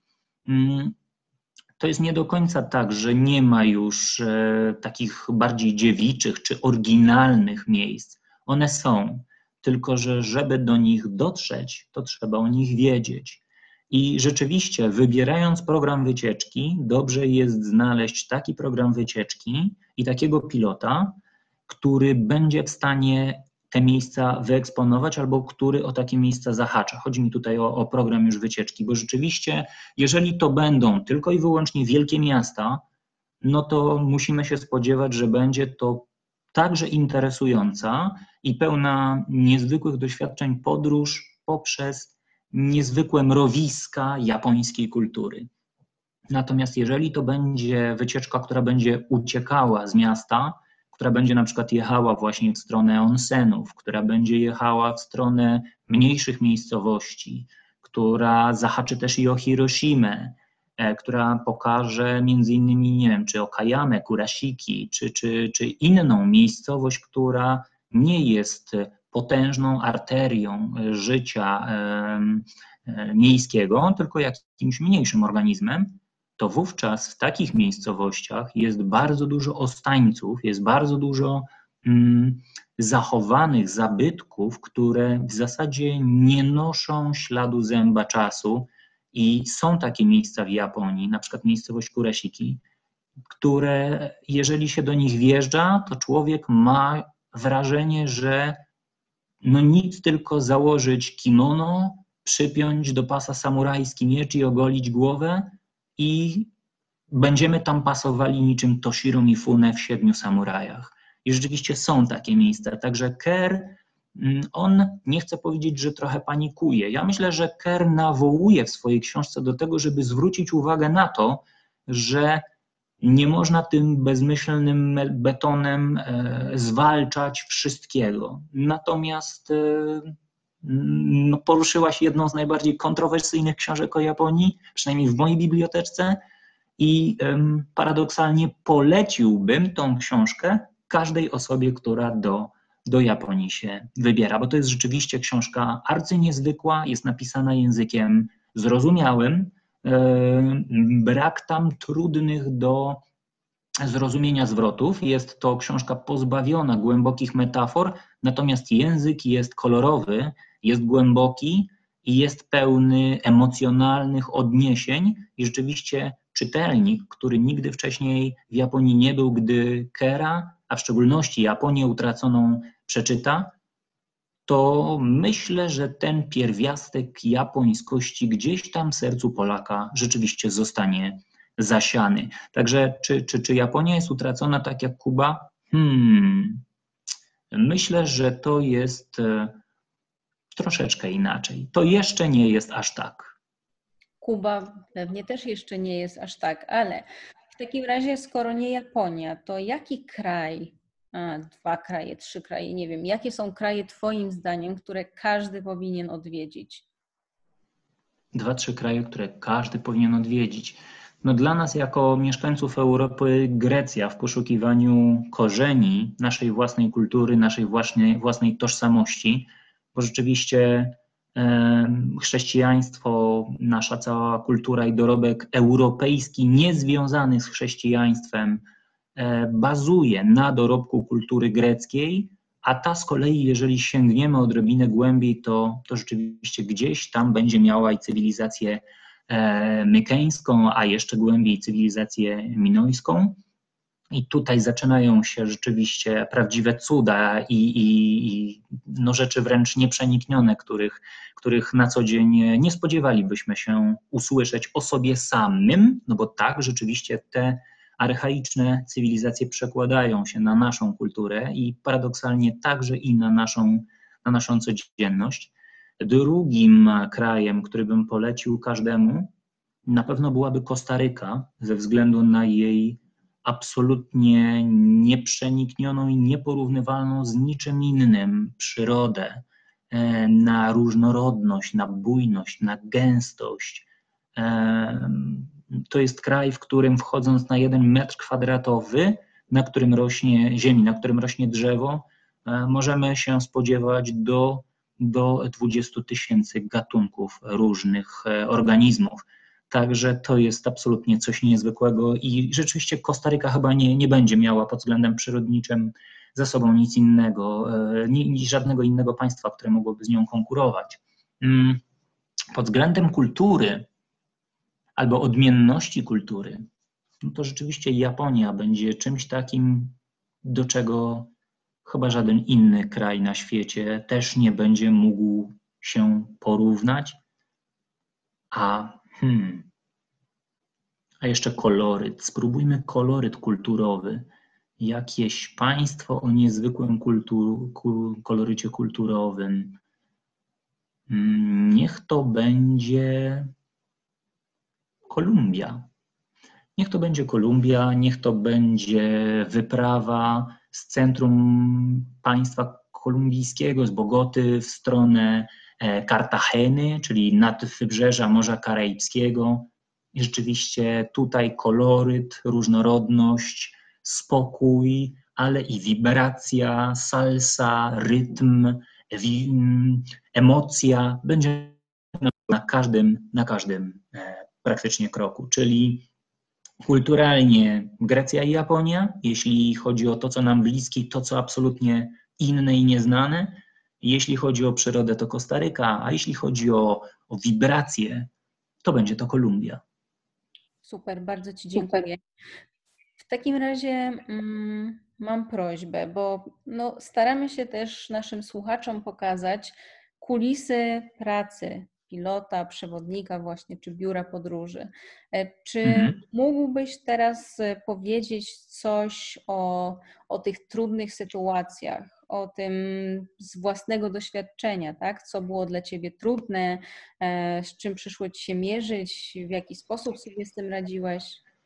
To jest nie do końca tak, że nie ma już takich bardziej dziewiczych czy oryginalnych miejsc. One są, tylko że żeby do nich dotrzeć, to trzeba o nich wiedzieć. I rzeczywiście, wybierając program wycieczki, dobrze jest znaleźć taki program wycieczki i takiego pilota, który będzie w stanie te miejsca wyeksponować albo który o takie miejsca zahacza. Chodzi mi tutaj o, o program już wycieczki, bo rzeczywiście, jeżeli to będą tylko i wyłącznie wielkie miasta, no to musimy się spodziewać, że będzie to także interesująca i pełna niezwykłych doświadczeń podróż poprzez niezwykłe mrowiska japońskiej kultury. Natomiast jeżeli to będzie wycieczka, która będzie uciekała z miasta, która będzie na przykład jechała właśnie w stronę onsenów, która będzie jechała w stronę mniejszych miejscowości, która zahaczy też i o Hiroshimę, która pokaże między innymi, nie wiem, czy Okayamę, Kurashiki, czy, czy, czy inną miejscowość, która nie jest potężną arterią życia miejskiego, tylko jakimś mniejszym organizmem, to wówczas w takich miejscowościach jest bardzo dużo ostańców, jest bardzo dużo mm, zachowanych zabytków, które w zasadzie nie noszą śladu zęba czasu i są takie miejsca w Japonii, na przykład miejscowość Kurashiki, które jeżeli się do nich wjeżdża, to człowiek ma wrażenie, że no nic, tylko założyć kimono, przypiąć do pasa samurajski miecz i ogolić głowę i będziemy tam pasowali niczym Toshiro Mifune w Siedmiu Samurajach. I rzeczywiście są takie miejsca. Także Ker, on nie chce powiedzieć, że trochę panikuje. Ja myślę, że Ker nawołuje w swojej książce do tego, żeby zwrócić uwagę na to, że nie można tym bezmyślnym betonem zwalczać wszystkiego. Natomiast no, poruszyłaś jedną z najbardziej kontrowersyjnych książek o Japonii, przynajmniej w mojej bibliotece, i um, paradoksalnie poleciłbym tą książkę każdej osobie, która do, do Japonii się wybiera, bo to jest rzeczywiście książka arcyniezwykła, jest napisana językiem zrozumiałym, brak tam trudnych do zrozumienia zwrotów. Jest to książka pozbawiona głębokich metafor, natomiast język jest kolorowy, jest głęboki i jest pełny emocjonalnych odniesień i rzeczywiście czytelnik, który nigdy wcześniej w Japonii nie był, gdy Kera, a w szczególności Japonię utraconą przeczyta, to myślę, że ten pierwiastek japońskości gdzieś tam w sercu Polaka rzeczywiście zostanie zasiany. Także czy, czy, czy Japonia jest utracona tak jak Kuba? Hmm. Myślę, że to jest troszeczkę inaczej. To jeszcze nie jest aż tak. Kuba pewnie też jeszcze nie jest aż tak, ale w takim razie, skoro nie Japonia, to jaki kraj, a, dwa kraje, trzy kraje, nie wiem, jakie są kraje twoim zdaniem, które każdy powinien odwiedzić? Dwa, trzy kraje, które każdy powinien odwiedzić. No dla nas jako mieszkańców Europy Grecja w poszukiwaniu korzeni naszej własnej kultury, naszej własnej, własnej tożsamości, bo rzeczywiście chrześcijaństwo, nasza cała kultura i dorobek europejski niezwiązany z chrześcijaństwem bazuje na dorobku kultury greckiej, a ta z kolei, jeżeli sięgniemy odrobinę głębiej, to, to rzeczywiście gdzieś tam będzie miała i cywilizację mykeńską, a jeszcze głębiej cywilizację minojską. I tutaj zaczynają się rzeczywiście prawdziwe cuda i, i, i no rzeczy wręcz nieprzeniknione, których, których na co dzień nie spodziewalibyśmy się usłyszeć o sobie samym, no bo tak, rzeczywiście te archaiczne cywilizacje przekładają się na naszą kulturę i paradoksalnie także i na naszą, na naszą codzienność. Drugim krajem, który bym polecił każdemu, na pewno byłaby Kostaryka, ze względu na jej absolutnie nieprzeniknioną i nieporównywalną z niczym innym przyrodę, na różnorodność, na bujność, na gęstość. To jest kraj, w którym wchodząc na jeden metr kwadratowy, na którym rośnie ziemi, na którym rośnie drzewo, możemy się spodziewać do, do dwudziestu tysięcy gatunków różnych organizmów. Także to jest absolutnie coś niezwykłego i rzeczywiście Kostaryka chyba nie, nie będzie miała pod względem przyrodniczym ze sobą nic innego, ni żadnego innego państwa, które mogłoby z nią konkurować. Pod względem kultury albo odmienności kultury, no to rzeczywiście Japonia będzie czymś takim, do czego chyba żaden inny kraj na świecie też nie będzie mógł się porównać. A Hmm. A jeszcze koloryt. Spróbujmy koloryt kulturowy. Jakieś państwo o niezwykłym kultur, kolorycie kulturowym. Niech to będzie Kolumbia. Niech to będzie Kolumbia, niech to będzie wyprawa z centrum państwa kolumbijskiego, z Bogoty w stronę Kartageny, czyli nad wybrzeża Morza Karaibskiego. I rzeczywiście tutaj koloryt, różnorodność, spokój, ale i wibracja, salsa, rytm, emocja będzie na każdym, na każdym praktycznie kroku. Czyli kulturalnie Grecja i Japonia, jeśli chodzi o to, co nam bliskie, to, co absolutnie inne i nieznane. Jeśli chodzi o przyrodę, to Kostaryka, a jeśli chodzi o, o wibracje, to będzie to Kolumbia. Super, bardzo Ci dziękuję. W takim razie mm, mam prośbę, bo no, staramy się też naszym słuchaczom pokazać kulisy pracy pilota, przewodnika właśnie, czy biura podróży. Czy mhm. mógłbyś teraz powiedzieć coś o, o tych trudnych sytuacjach, o tym z własnego doświadczenia, tak? Co było dla Ciebie trudne, z czym przyszło Ci się mierzyć, w jaki sposób sobie z tym radziłeś?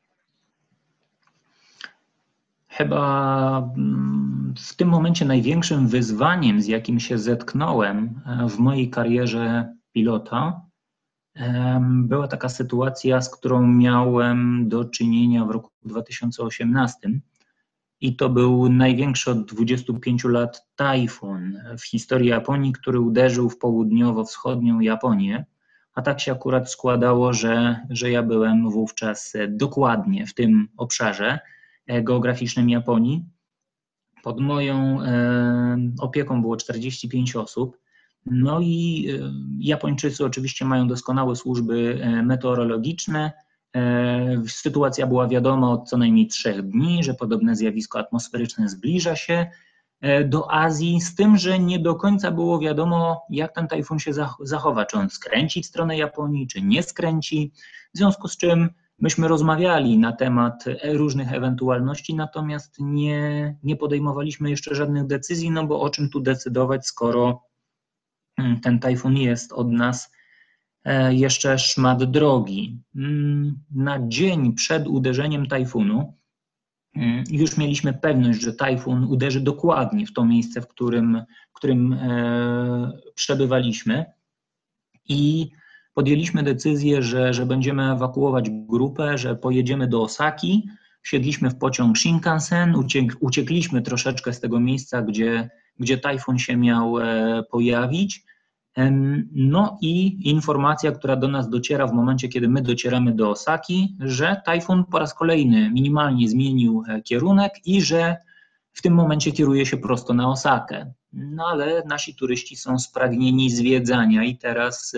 Chyba w tym momencie największym wyzwaniem, z jakim się zetknąłem w mojej karierze pilota, była taka sytuacja, z którą miałem do czynienia w roku dwa tysiące osiemnastym. I to był największy od dwudziestu pięciu lat tajfun w historii Japonii, który uderzył w południowo-wschodnią Japonię. A tak się akurat składało, że, że ja byłem wówczas dokładnie w tym obszarze geograficznym Japonii. Pod moją e, opieką było czterdzieści pięć osób. No i e, Japończycy oczywiście mają doskonałe służby meteorologiczne. E, sytuacja była wiadoma od co najmniej trzech dni, że podobne zjawisko atmosferyczne zbliża się e, do Azji, z tym, że nie do końca było wiadomo, jak ten tajfun się zachowa, czy on skręci w stronę Japonii, czy nie skręci, w związku z czym myśmy rozmawiali na temat różnych ewentualności, natomiast nie, nie podejmowaliśmy jeszcze żadnych decyzji, no bo o czym tu decydować, skoro ten tajfun jest od nas jeszcze szmat drogi. Na dzień przed uderzeniem tajfunu już mieliśmy pewność, że tajfun uderzy dokładnie w to miejsce, w którym, w którym przebywaliśmy i podjęliśmy decyzję, że, że będziemy ewakuować grupę, że pojedziemy do Osaki, wsiedliśmy w pociąg Shinkansen, uciek, uciekliśmy troszeczkę z tego miejsca, gdzie, gdzie tajfun się miał pojawić No i informacja, która do nas dociera w momencie, kiedy my docieramy do Osaki, że tajfun po raz kolejny minimalnie zmienił kierunek i że w tym momencie kieruje się prosto na Osakę. No ale nasi turyści są spragnieni zwiedzania i teraz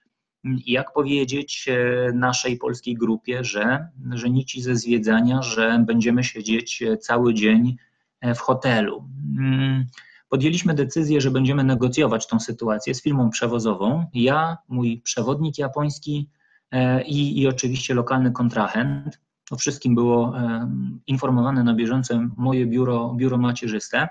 jak powiedzieć naszej polskiej grupie, że, że nici ze zwiedzania, że będziemy siedzieć cały dzień w hotelu. Podjęliśmy decyzję, że będziemy negocjować tą sytuację z firmą przewozową. Ja, mój przewodnik japoński i, i oczywiście lokalny kontrahent. O wszystkim było informowane na bieżąco moje biuro, biuro macierzyste.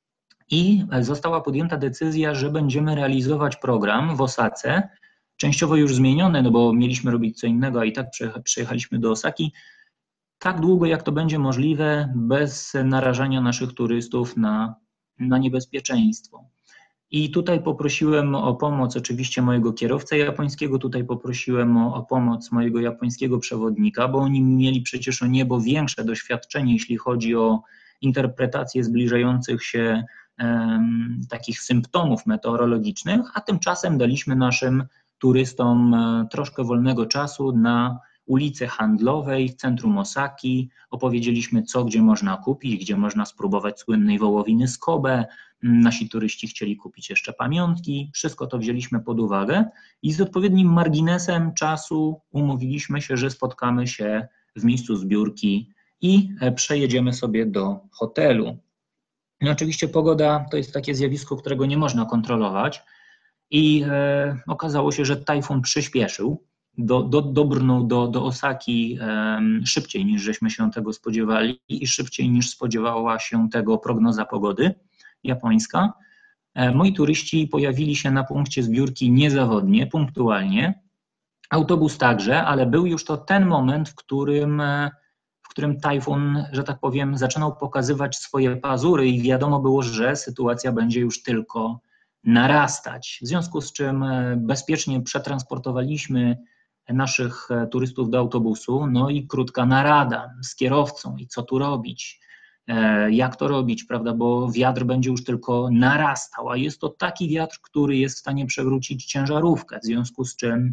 I została podjęta decyzja, że będziemy realizować program w Osace, częściowo już zmieniony, no bo mieliśmy robić co innego, a i tak przyjechaliśmy do Osaki, tak długo jak to będzie możliwe, bez narażania naszych turystów na, na niebezpieczeństwo. I tutaj poprosiłem o pomoc oczywiście mojego kierowcę japońskiego, tutaj poprosiłem o, o pomoc mojego japońskiego przewodnika, bo oni mieli przecież o niebo większe doświadczenie, jeśli chodzi o interpretację zbliżających się um, takich symptomów meteorologicznych, a tymczasem daliśmy naszym turystom troszkę wolnego czasu na ulicy Handlowej w centrum Osaki. Opowiedzieliśmy, co gdzie można kupić, gdzie można spróbować słynnej wołowiny z Kobe. Nasi turyści chcieli kupić jeszcze pamiątki. Wszystko to wzięliśmy pod uwagę i z odpowiednim marginesem czasu umówiliśmy się, że spotkamy się w miejscu zbiórki i przejedziemy sobie do hotelu. No oczywiście pogoda to jest takie zjawisko, którego nie można kontrolować. I e, okazało się, że tajfun przyspieszył, do, do, dobrnął do, do Osaki e, szybciej niż żeśmy się tego spodziewali i szybciej niż spodziewała się tego prognoza pogody japońska. E, moi turyści pojawili się na punkcie zbiórki niezawodnie, punktualnie. Autobus także, ale był już to ten moment, w którym, w którym tajfun, że tak powiem, zaczynał pokazywać swoje pazury i wiadomo było, że sytuacja będzie już tylko narastać, w związku z czym bezpiecznie przetransportowaliśmy naszych turystów do autobusu, no i krótka narada z kierowcą i co tu robić, jak to robić, prawda, bo wiatr będzie już tylko narastał, a jest to taki wiatr, który jest w stanie przewrócić ciężarówkę, w związku z czym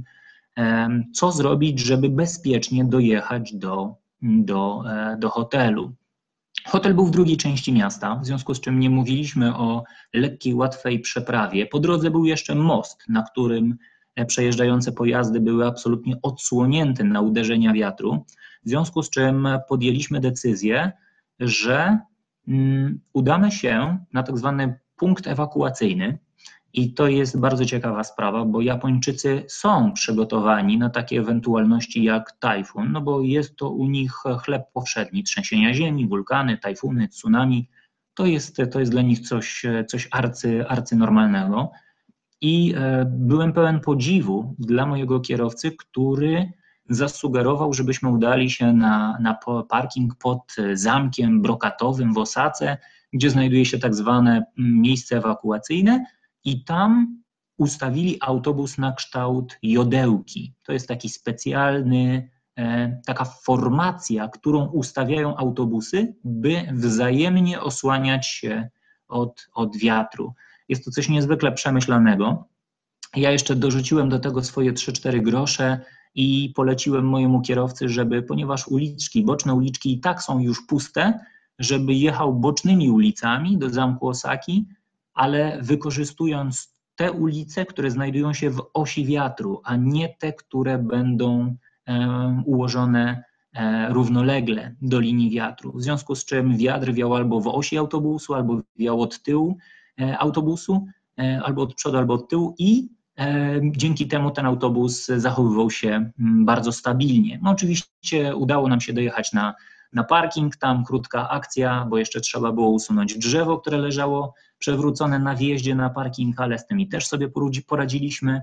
co zrobić, żeby bezpiecznie dojechać do, do, do hotelu. Hotel był w drugiej części miasta, w związku z czym nie mówiliśmy o lekkiej, łatwej przeprawie. Po drodze był jeszcze most, na którym przejeżdżające pojazdy były absolutnie odsłonięte na uderzenia wiatru, w związku z czym podjęliśmy decyzję, że um, udamy się na tak zwany punkt ewakuacyjny. I to jest bardzo ciekawa sprawa, bo Japończycy są przygotowani na takie ewentualności jak tajfun, no bo jest to u nich chleb powszedni, trzęsienia ziemi, wulkany, tajfuny, tsunami, to jest, to jest dla nich coś, coś arcy, arcynormalnego. I byłem pełen podziwu dla mojego kierowcy, który zasugerował, żebyśmy udali się na, na parking pod zamkiem brokatowym w Osace, gdzie znajduje się tak zwane miejsce ewakuacyjne, i tam ustawili autobus na kształt jodełki. To jest taki specjalny, e, taka formacja, którą ustawiają autobusy, by wzajemnie osłaniać się od, od wiatru. Jest to coś niezwykle przemyślanego. Ja jeszcze dorzuciłem do tego swoje trzy cztery grosze i poleciłem mojemu kierowcy, żeby, ponieważ uliczki, boczne uliczki i tak są już puste, żeby jechał bocznymi ulicami do zamku Osaki, ale wykorzystując te ulice, które znajdują się w osi wiatru, a nie te, które będą e, ułożone e, równolegle do linii wiatru. W związku z czym wiatr wiał albo w osi autobusu, albo wiał od tyłu e, autobusu, e, albo od przodu, albo od tyłu i e, dzięki temu ten autobus zachowywał się m, bardzo stabilnie. No, oczywiście udało nam się dojechać na, na parking, tam krótka akcja, bo jeszcze trzeba było usunąć drzewo, które leżało przewrócone na wjeździe na parking, ale z tymi też sobie poradziliśmy.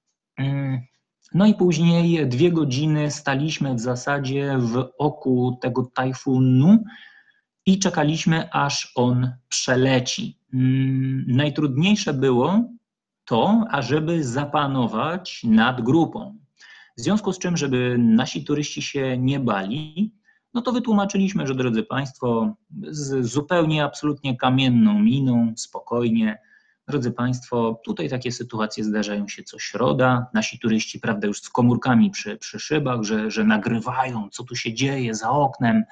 No i później dwie godziny staliśmy w zasadzie w oku tego tajfunu i czekaliśmy, aż on przeleci. Najtrudniejsze było to, ażeby zapanować nad grupą. W związku z czym, żeby nasi turyści się nie bali, no to wytłumaczyliśmy, że drodzy Państwo, z zupełnie, absolutnie kamienną miną, spokojnie, Drodzy Państwo, tutaj takie sytuacje zdarzają się co środa. Nasi turyści, prawda, już z komórkami przy, przy szybach, że, że nagrywają, co tu się dzieje za oknem,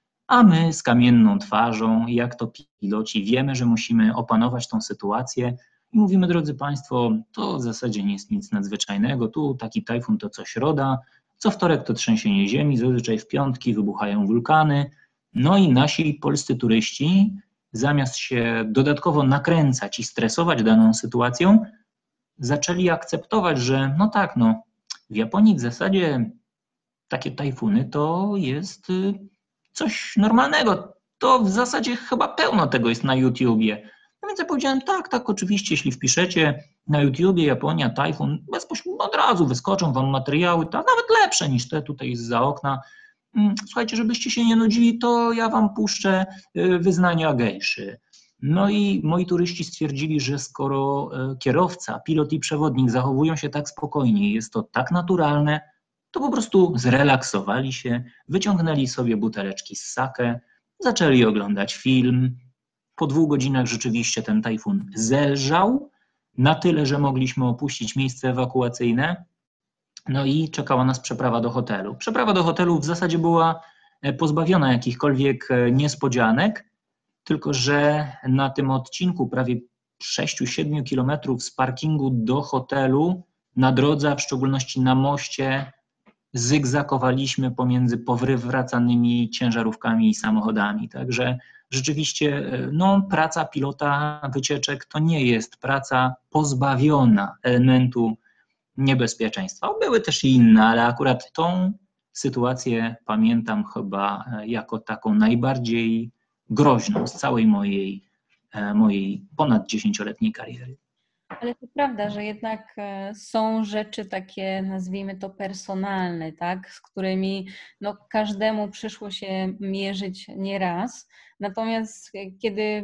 a my z kamienną twarzą, jak to piloci, wiemy, że musimy opanować tą sytuację i mówimy, drodzy Państwo, to w zasadzie nie jest nic nadzwyczajnego, tu taki tajfun to co środa, co wtorek to trzęsienie ziemi, zazwyczaj w piątki wybuchają wulkany, no i nasi polscy turyści zamiast się dodatkowo nakręcać i stresować daną sytuacją, zaczęli akceptować, że no tak, no w Japonii w zasadzie takie tajfuny to jest coś normalnego. To w zasadzie chyba pełno tego jest na YouTubie. No więc ja powiedziałem, tak, tak, oczywiście, jeśli wpiszecie na YouTubie Japonia, tajfun, bezpośrednio od razu wyskoczą wam materiały, tak, nawet lepsze niż te tutaj zza okna. Słuchajcie, żebyście się nie nudzili, to ja wam puszczę wyznania gejszy. No i moi turyści stwierdzili, że skoro kierowca, pilot i przewodnik zachowują się tak spokojnie, jest to tak naturalne, to po prostu zrelaksowali się, wyciągnęli sobie buteleczki z sake, zaczęli oglądać film. Po dwóch godzinach rzeczywiście ten tajfun zelżał, na tyle, że mogliśmy opuścić miejsce ewakuacyjne. No i czekała nas przeprawa do hotelu. Przeprawa do hotelu w zasadzie była pozbawiona jakichkolwiek niespodzianek, tylko że na tym odcinku prawie sześć do siedmiu kilometrów z parkingu do hotelu na drodze, a w szczególności na moście, zygzakowaliśmy pomiędzy powywracanymi ciężarówkami i samochodami. Także rzeczywiście no, praca pilota wycieczek to nie jest praca pozbawiona elementu niebezpieczeństwa. Były też inne, ale akurat tą sytuację pamiętam chyba jako taką najbardziej groźną z całej mojej, mojej ponad dziesięcioletniej kariery. Ale to prawda, że jednak są rzeczy takie, nazwijmy to personalne, tak, z którymi no, każdemu przyszło się mierzyć nieraz. Natomiast kiedy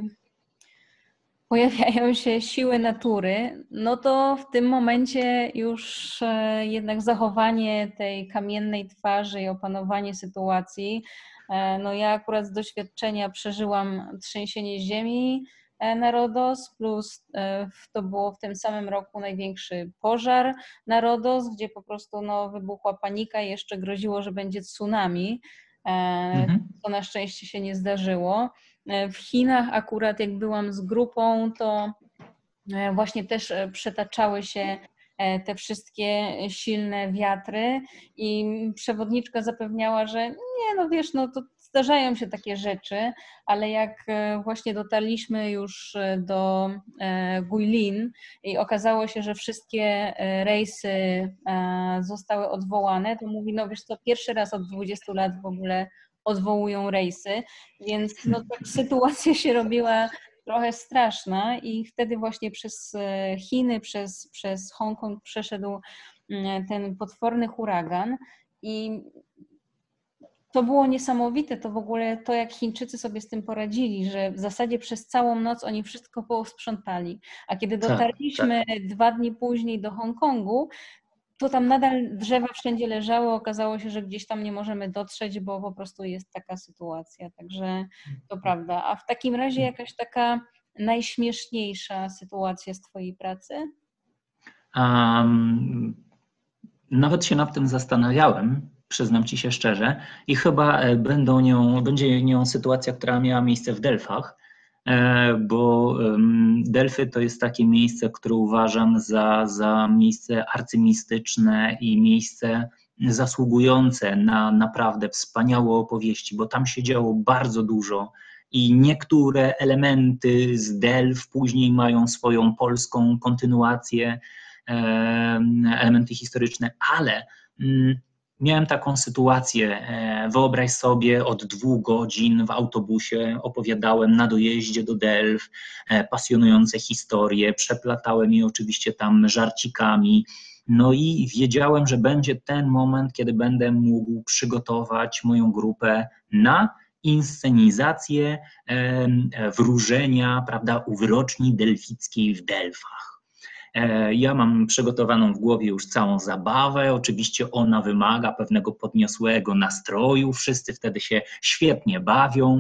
pojawiają się siły natury, no to w tym momencie już jednak zachowanie tej kamiennej twarzy i opanowanie sytuacji, no ja akurat z doświadczenia przeżyłam trzęsienie ziemi na Rodos, plus to było w tym samym roku największy pożar na Rodos, gdzie po prostu no, wybuchła panika i jeszcze groziło, że będzie tsunami, mhm. co na szczęście się nie zdarzyło. W Chinach akurat jak byłam z grupą, to właśnie też przetaczały się te wszystkie silne wiatry i przewodniczka zapewniała, że nie, no wiesz, no to zdarzają się takie rzeczy, ale jak właśnie dotarliśmy już do Guilin i okazało się, że wszystkie rejsy zostały odwołane, to mówi, no wiesz co, pierwszy raz od dwudziestu lat w ogóle odwołują rejsy, więc no, tak sytuacja się robiła trochę straszna i wtedy właśnie przez Chiny, przez, przez Hongkong przeszedł ten potworny huragan i to było niesamowite, to w ogóle to, jak Chińczycy sobie z tym poradzili, że w zasadzie przez całą noc oni wszystko posprzątali, a kiedy dotarliśmy tak, tak. dwa dni później do Hongkongu, to tam nadal drzewa wszędzie leżały, okazało się, że gdzieś tam nie możemy dotrzeć, bo po prostu jest taka sytuacja, także to prawda. A w takim razie jakaś taka najśmieszniejsza sytuacja z twojej pracy? Um, nawet się nad tym zastanawiałem, przyznam ci się szczerze, i chyba będą nią, będzie nią sytuacja, która miała miejsce w Delfach, bo Delfy to jest takie miejsce, które uważam za, za miejsce arcymistyczne i miejsce zasługujące na naprawdę wspaniałe opowieści, bo tam się działo bardzo dużo i niektóre elementy z Delf później mają swoją polską kontynuację, elementy historyczne, ale miałem taką sytuację, wyobraź sobie, od dwóch godzin w autobusie opowiadałem na dojeździe do Delf pasjonujące historie, przeplatałem je oczywiście tam żarcikami, no i wiedziałem, że będzie ten moment, kiedy będę mógł przygotować moją grupę na inscenizację wróżenia, prawda, u wyroczni delfickiej w Delfach. Ja mam przygotowaną w głowie już całą zabawę, oczywiście ona wymaga pewnego podniosłego nastroju, wszyscy wtedy się świetnie bawią,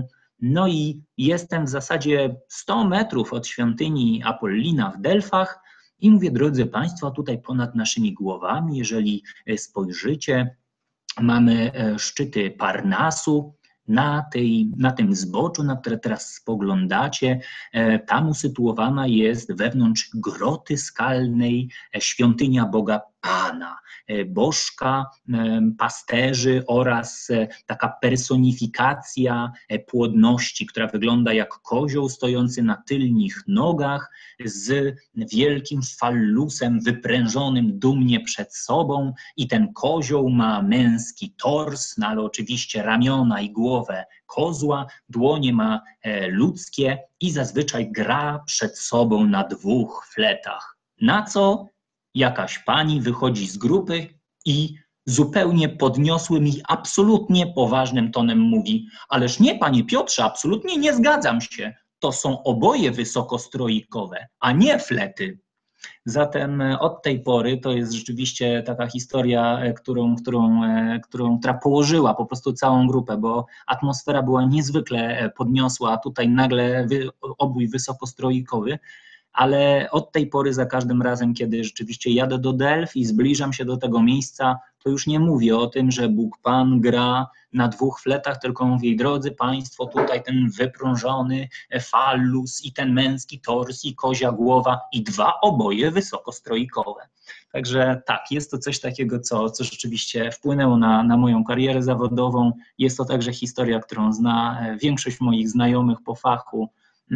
No i jestem w zasadzie sto metrów od świątyni Apollina w Delfach i mówię, drodzy Państwo, tutaj ponad naszymi głowami, jeżeli spojrzycie, mamy szczyty Parnasu. Na, tej, na tym zboczu, na które teraz spoglądacie, tam usytuowana jest wewnątrz groty skalnej świątynia Boga Pana, bożka pasterzy oraz taka personifikacja płodności, która wygląda jak kozioł stojący na tylnych nogach z wielkim fallusem wyprężonym dumnie przed sobą i ten kozioł ma męski tors, no ale oczywiście ramiona i głowę kozła, dłonie ma ludzkie i zazwyczaj gra przed sobą na dwóch fletach. Na co jakaś pani wychodzi z grupy i zupełnie podniosłym i absolutnie poważnym tonem mówi: ależ nie, panie Piotrze, absolutnie nie zgadzam się. To są oboje wysokostrojkowe, a nie flety. Zatem od tej pory to jest rzeczywiście taka historia, którą, którą, którą, która położyła po prostu całą grupę, bo atmosfera była niezwykle podniosła, a tutaj nagle wy, obój wysokostrojkowy. Ale od tej pory za każdym razem, kiedy rzeczywiście jadę do Delf i zbliżam się do tego miejsca, to już nie mówię o tym, że Bóg Pan gra na dwóch fletach, tylko mówię: drodzy Państwo, tutaj ten wyprążony fallus i ten męski tors i kozia głowa i dwa oboje wysokostrojkowe. Także tak, jest to coś takiego, co, co rzeczywiście wpłynęło na, na moją karierę zawodową. Jest to także historia, którą zna większość moich znajomych po fachu.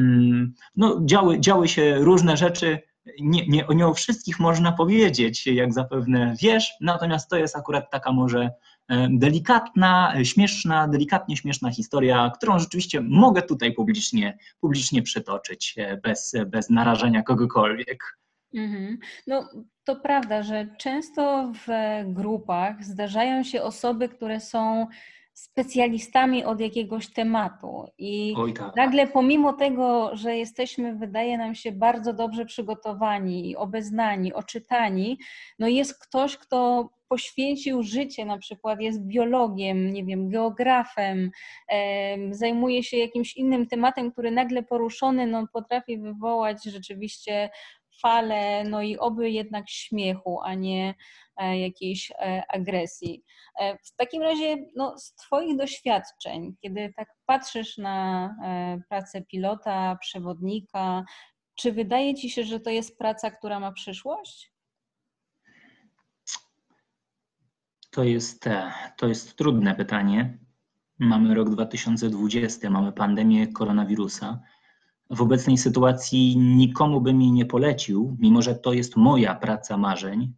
No, działy, działy się różne rzeczy, nie, nie, nie o wszystkich można powiedzieć, jak zapewne wiesz, natomiast to jest akurat taka może delikatna, śmieszna, delikatnie śmieszna historia, którą rzeczywiście mogę tutaj publicznie, publicznie przytoczyć bez, bez narażenia kogokolwiek. Mhm. No, to prawda, że często w grupach zdarzają się osoby, które są specjalistami od jakiegoś tematu i Oj, tak. nagle pomimo tego, że jesteśmy, wydaje nam się, bardzo dobrze przygotowani, obeznani, oczytani, no jest ktoś, kto poświęcił życie, na przykład jest biologiem, nie wiem, geografem, em, zajmuje się jakimś innym tematem, który nagle poruszony no, potrafi wywołać rzeczywiście falę, no i oby jednak śmiechu, a nie jakiejś agresji. W takim razie no, z Twoich doświadczeń, kiedy tak patrzysz na pracę pilota, przewodnika, czy wydaje Ci się, że to jest praca, która ma przyszłość? To jest, to jest trudne pytanie. Mamy rok dwa tysiące dwudziesty, mamy pandemię koronawirusa. W obecnej sytuacji nikomu bym jej nie polecił, mimo że to jest moja praca marzeń.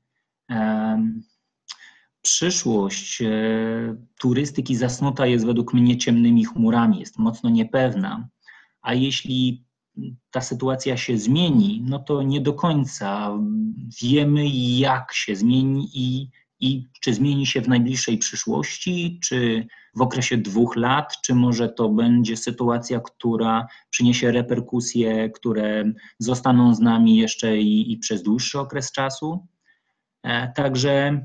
Przyszłość turystyki zasnuta jest według mnie ciemnymi chmurami, jest mocno niepewna, a jeśli ta sytuacja się zmieni, no to nie do końca wiemy, jak się zmieni i, i czy zmieni się w najbliższej przyszłości, czy w okresie dwóch lat, czy może to będzie sytuacja, która przyniesie reperkusje, które zostaną z nami jeszcze i, i przez dłuższy okres czasu. Także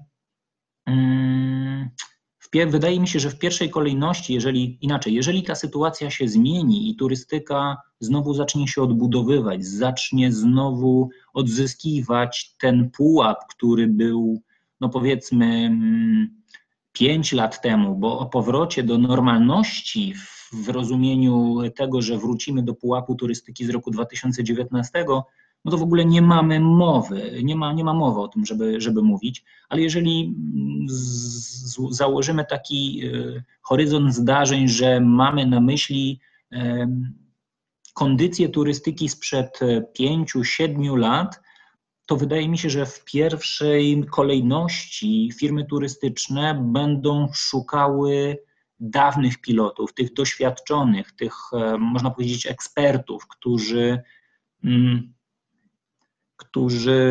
wydaje mi się, że w pierwszej kolejności, jeżeli inaczej, jeżeli ta sytuacja się zmieni i turystyka znowu zacznie się odbudowywać, zacznie znowu odzyskiwać ten pułap, który był, no powiedzmy, pięć lat temu, bo o powrocie do normalności w rozumieniu tego, że wrócimy do pułapu turystyki z roku dwa tysiące dziewiętnastego, no to w ogóle nie mamy mowy, nie ma, nie ma mowy o tym, żeby, żeby mówić, ale jeżeli z, z, założymy taki y, horyzont zdarzeń, że mamy na myśli y, kondycję turystyki sprzed pięciu, siedmiu lat, to wydaje mi się, że w pierwszej kolejności firmy turystyczne będą szukały dawnych pilotów, tych doświadczonych, tych, można powiedzieć, ekspertów, którzy mm, którzy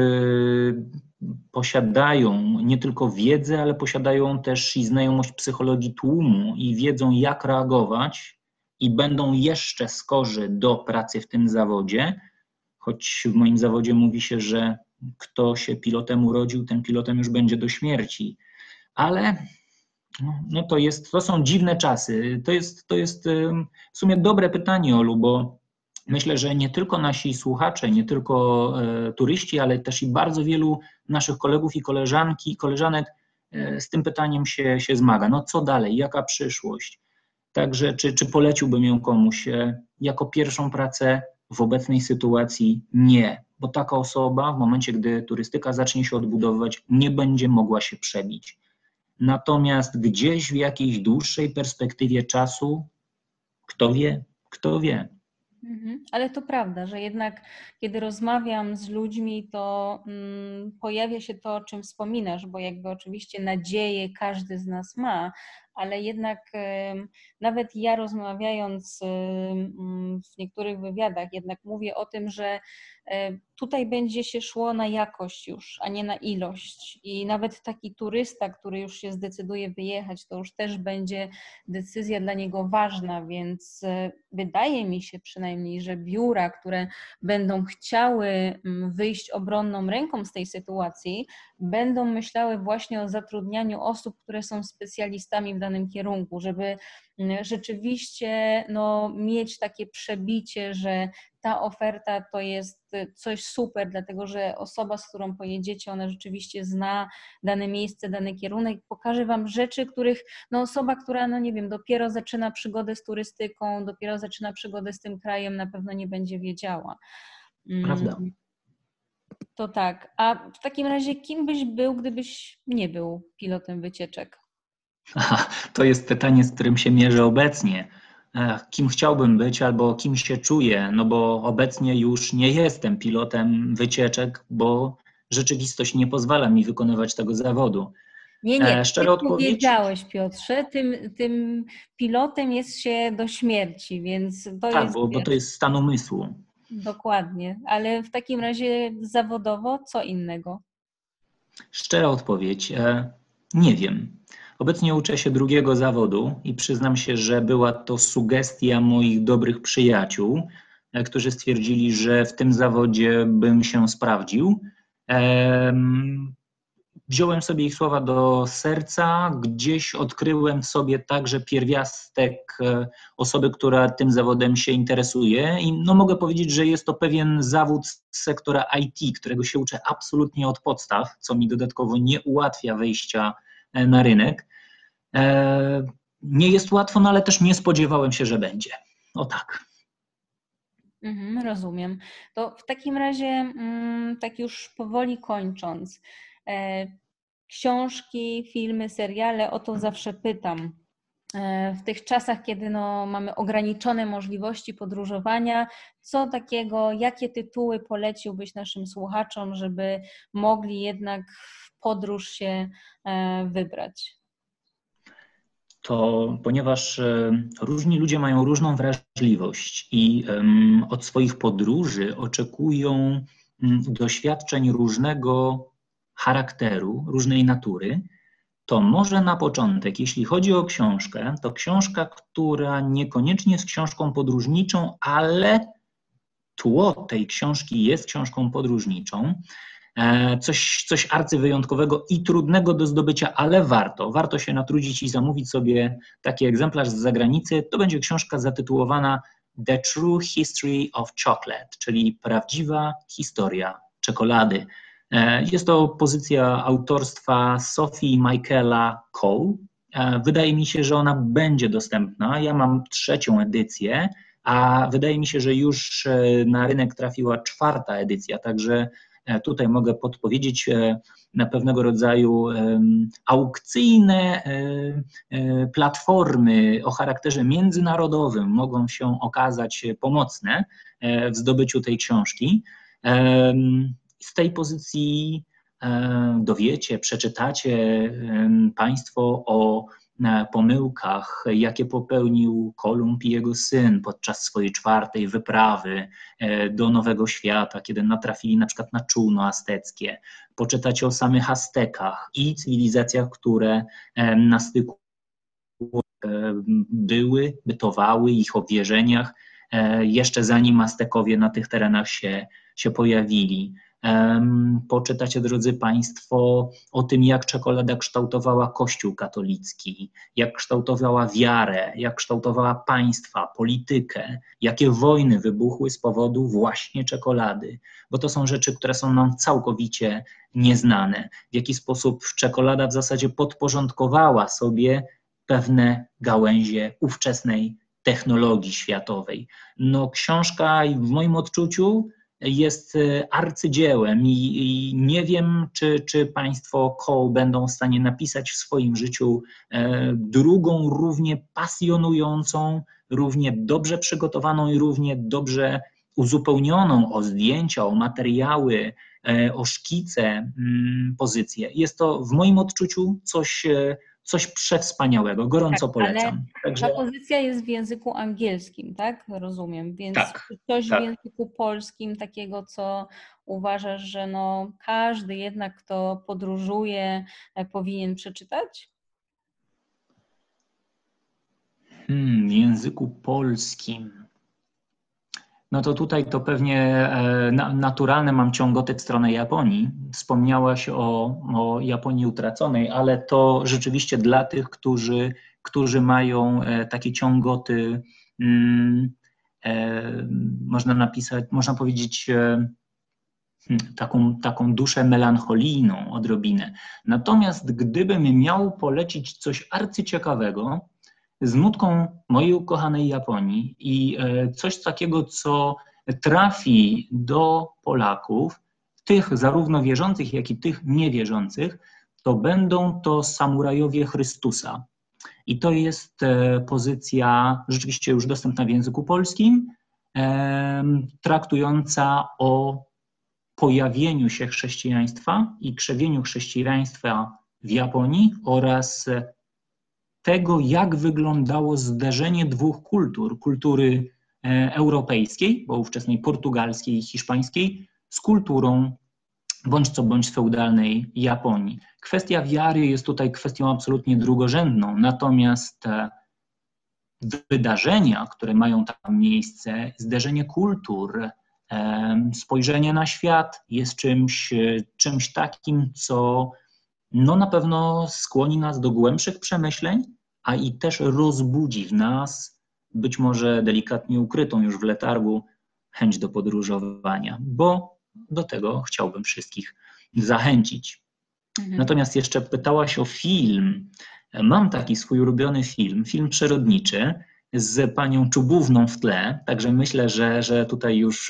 posiadają nie tylko wiedzę, ale posiadają też i znajomość psychologii tłumu i wiedzą, jak reagować i będą jeszcze skorzy do pracy w tym zawodzie, choć w moim zawodzie mówi się, że kto się pilotem urodził, ten pilotem już będzie do śmierci. Ale No to jest, to są dziwne czasy. To jest, to jest w sumie dobre pytanie, Olu, bo myślę, że nie tylko nasi słuchacze, nie tylko turyści, ale też i bardzo wielu naszych kolegów i koleżanki, koleżanek z tym pytaniem się, się zmaga. No co dalej? Jaka przyszłość? Także czy, czy poleciłbym ją komuś? Jako pierwszą pracę w obecnej sytuacji nie, bo taka osoba w momencie, gdy turystyka zacznie się odbudowywać, nie będzie mogła się przebić. Natomiast gdzieś w jakiejś dłuższej perspektywie czasu, kto wie, kto wie. Mhm. Ale to prawda, że jednak kiedy rozmawiam z ludźmi, to mm, pojawia się to, o czym wspominasz, bo jakby oczywiście nadzieję każdy z nas ma, ale jednak ym, nawet ja rozmawiając ym, w niektórych wywiadach, jednak mówię o tym, że y, tutaj będzie się szło na jakość już, a nie na ilość. I nawet taki turysta, który już się zdecyduje wyjechać, to już też będzie decyzja dla niego ważna, więc y, wydaje mi się przynajmniej, że biura, które będą chciały mm, wyjść obronną ręką z tej sytuacji, będą myślały właśnie o zatrudnianiu osób, które są specjalistami w danym kierunku, żeby mm, rzeczywiście no, mieć takie przebicie, że ta oferta to jest coś super, dlatego że osoba, z którą pojedziecie, ona rzeczywiście zna dane miejsce, dany kierunek, pokaże Wam rzeczy, których no osoba, która, no nie wiem, dopiero zaczyna przygodę z turystyką, dopiero zaczyna przygodę z tym krajem, na pewno nie będzie wiedziała. Prawda. To tak. A w takim razie kim byś był, gdybyś nie był pilotem wycieczek? Aha, to jest pytanie, z którym się mierzę obecnie. Kim chciałbym być albo kim się czuję, no bo obecnie już nie jestem pilotem wycieczek, bo rzeczywistość nie pozwala mi wykonywać tego zawodu. Nie, nie, ty Szczera odpowiedź? powiedziałeś, Piotrze, tym, tym pilotem jest się do śmierci, więc to Tak, jest, bo, bo to wiesz, jest stan umysłu. dokładnie, ale w takim razie zawodowo co innego? Szczera odpowiedź, nie wiem. Obecnie uczę się drugiego zawodu i przyznam się, że była to sugestia moich dobrych przyjaciół, którzy stwierdzili, że w tym zawodzie bym się sprawdził. Wziąłem sobie ich słowa do serca, gdzieś odkryłem w sobie także pierwiastek osoby, która tym zawodem się interesuje i no mogę powiedzieć, że jest to pewien zawód z sektora I T, którego się uczę absolutnie od podstaw, co mi dodatkowo nie ułatwia wejścia na rynek. Nie jest łatwo, no ale też nie spodziewałem się, że będzie. O tak. Mhm, rozumiem. To w takim razie, tak już powoli kończąc, książki, filmy, seriale, o to zawsze pytam. W tych czasach, kiedy no, mamy ograniczone możliwości podróżowania, co takiego, jakie tytuły poleciłbyś naszym słuchaczom, żeby mogli jednak w podróż się wybrać? To ponieważ różni ludzie mają różną wrażliwość i od swoich podróży oczekują doświadczeń różnego charakteru, różnej natury, to może na początek, jeśli chodzi o książkę, to książka, która niekoniecznie jest książką podróżniczą, ale tło tej książki jest książką podróżniczą. Coś, coś arcywyjątkowego i trudnego do zdobycia, ale warto. Warto się natrudzić i zamówić sobie taki egzemplarz z zagranicy. To będzie książka zatytułowana The True History of Chocolate, czyli prawdziwa historia czekolady. Jest to pozycja autorstwa Sophie Michaela Cole. Wydaje mi się, że ona będzie dostępna. Ja mam trzecią edycję, a wydaje mi się, że już na rynek trafiła czwarta edycja, także tutaj mogę podpowiedzieć na pewnego rodzaju aukcyjne platformy o charakterze międzynarodowym mogą się okazać pomocne w zdobyciu tej książki. Z tej pozycji dowiecie, przeczytacie Państwo o pomyłkach, jakie popełnił Kolumb i jego syn podczas swojej czwartej wyprawy do Nowego Świata, kiedy natrafili na przykład na czółno azteckie. Poczytacie o samych Aztekach i cywilizacjach, które na styku były, bytowały, ich obwierzeniach, jeszcze zanim Aztekowie na tych terenach się, się pojawili. Poczytacie, drodzy Państwo, o tym, jak czekolada kształtowała Kościół katolicki, jak kształtowała wiarę, jak kształtowała państwa, politykę, jakie wojny wybuchły z powodu właśnie czekolady, bo to są rzeczy, które są nam całkowicie nieznane. W jaki sposób czekolada w zasadzie podporządkowała sobie pewne gałęzie ówczesnej technologii światowej. No, książka w moim odczuciu jest arcydziełem i, i nie wiem, czy, czy Państwo Cole będą w stanie napisać w swoim życiu e, drugą, równie pasjonującą, równie dobrze przygotowaną i równie dobrze uzupełnioną o zdjęcia, o materiały, e, o szkice mm, pozycję. Jest to w moim odczuciu coś, e, coś przewspaniałego, gorąco Tak, polecam. ale Także... ta pozycja jest w języku angielskim, tak? Rozumiem. Więc Tak, coś tak. w języku polskim takiego, co uważasz, że no każdy jednak, kto podróżuje, powinien przeczytać? Hmm, w języku polskim. No to tutaj to pewnie naturalne mam ciągoty w stronę Japonii. Wspomniałaś o, o Japonii utraconej, ale to rzeczywiście dla tych, którzy, którzy mają takie ciągoty, hmm, można napisać, można powiedzieć, taką, taką duszę melancholijną odrobinę. Natomiast gdybym miał polecić coś arcyciekawego, z nutką mojej ukochanej Japonii i coś takiego, co trafi do Polaków, tych zarówno wierzących, jak i tych niewierzących, to będą to samurajowie Chrystusa. I to jest pozycja rzeczywiście już dostępna w języku polskim, traktująca o pojawieniu się chrześcijaństwa i krzewieniu chrześcijaństwa w Japonii oraz tego, jak wyglądało zderzenie dwóch kultur, kultury europejskiej, bo ówczesnej portugalskiej i hiszpańskiej, z kulturą bądź co bądź feudalnej Japonii. Kwestia wiary jest tutaj kwestią absolutnie drugorzędną, natomiast wydarzenia, które mają tam miejsce, zderzenie kultur, spojrzenie na świat jest czymś, czymś takim, co no na pewno skłoni nas do głębszych przemyśleń, a i też rozbudzi w nas, być może delikatnie ukrytą już w letargu, chęć do podróżowania, bo do tego chciałbym wszystkich zachęcić. Mhm. Natomiast jeszcze pytałaś o film. Mam taki swój ulubiony film, film przyrodniczy z panią Czubówną w tle, także myślę, że, że tutaj już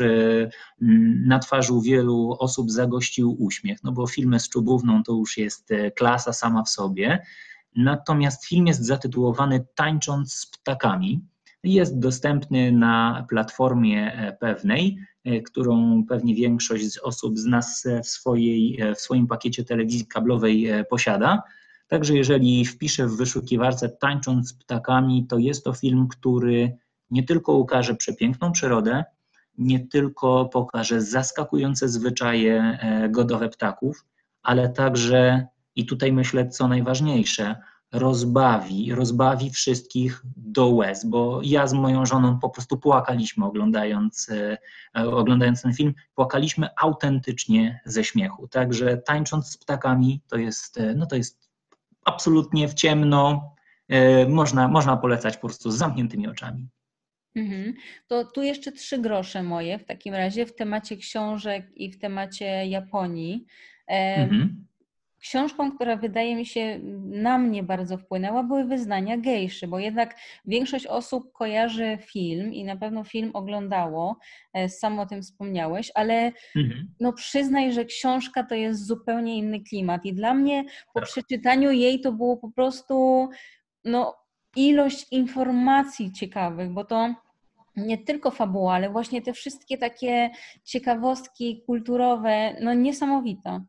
na twarzy wielu osób zagościł uśmiech, no bo filmy z Czubówną to już jest klasa sama w sobie. Natomiast film jest zatytułowany Tańcząc z ptakami. Jest dostępny na platformie pewnej, którą pewnie większość z osób z nas w, swojej, w swoim pakiecie telewizji kablowej posiada. Także jeżeli wpiszę w wyszukiwarce Tańcząc z ptakami, to jest to film, który nie tylko ukaże przepiękną przyrodę, nie tylko pokaże zaskakujące zwyczaje godowe ptaków, ale także, i tutaj myślę co najważniejsze, rozbawi, rozbawi wszystkich do łez, bo ja z moją żoną po prostu płakaliśmy oglądając, oglądając ten film, płakaliśmy autentycznie ze śmiechu. Także Tańcząc z ptakami to jest, no to jest absolutnie w ciemno, można, można polecać po prostu z zamkniętymi oczami. Mhm. To tu jeszcze trzy grosze moje w takim razie w temacie książek i w temacie Japonii. Mhm. Książką, która wydaje mi się na mnie bardzo wpłynęła, były Wyznania gejszy, bo jednak większość osób kojarzy film i na pewno film oglądało, sam o tym wspomniałeś, ale mhm. no przyznaj, że książka to jest zupełnie inny klimat i dla mnie po przeczytaniu jej to było po prostu no, ilość informacji ciekawych, bo to nie tylko fabuła, ale właśnie te wszystkie takie ciekawostki kulturowe, no niesamowite.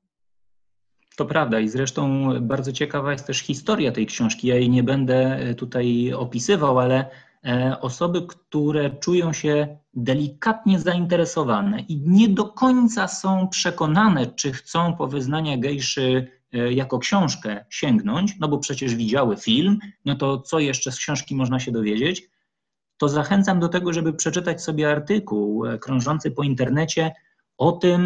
To prawda i zresztą bardzo ciekawa jest też historia tej książki. Ja jej nie będę tutaj opisywał, ale osoby, które czują się delikatnie zainteresowane i nie do końca są przekonane, czy chcą po Wyznania gejszy jako książkę sięgnąć, no bo przecież widziały film, no to co jeszcze z książki można się dowiedzieć, to zachęcam do tego, żeby przeczytać sobie artykuł krążący po internecie o tym,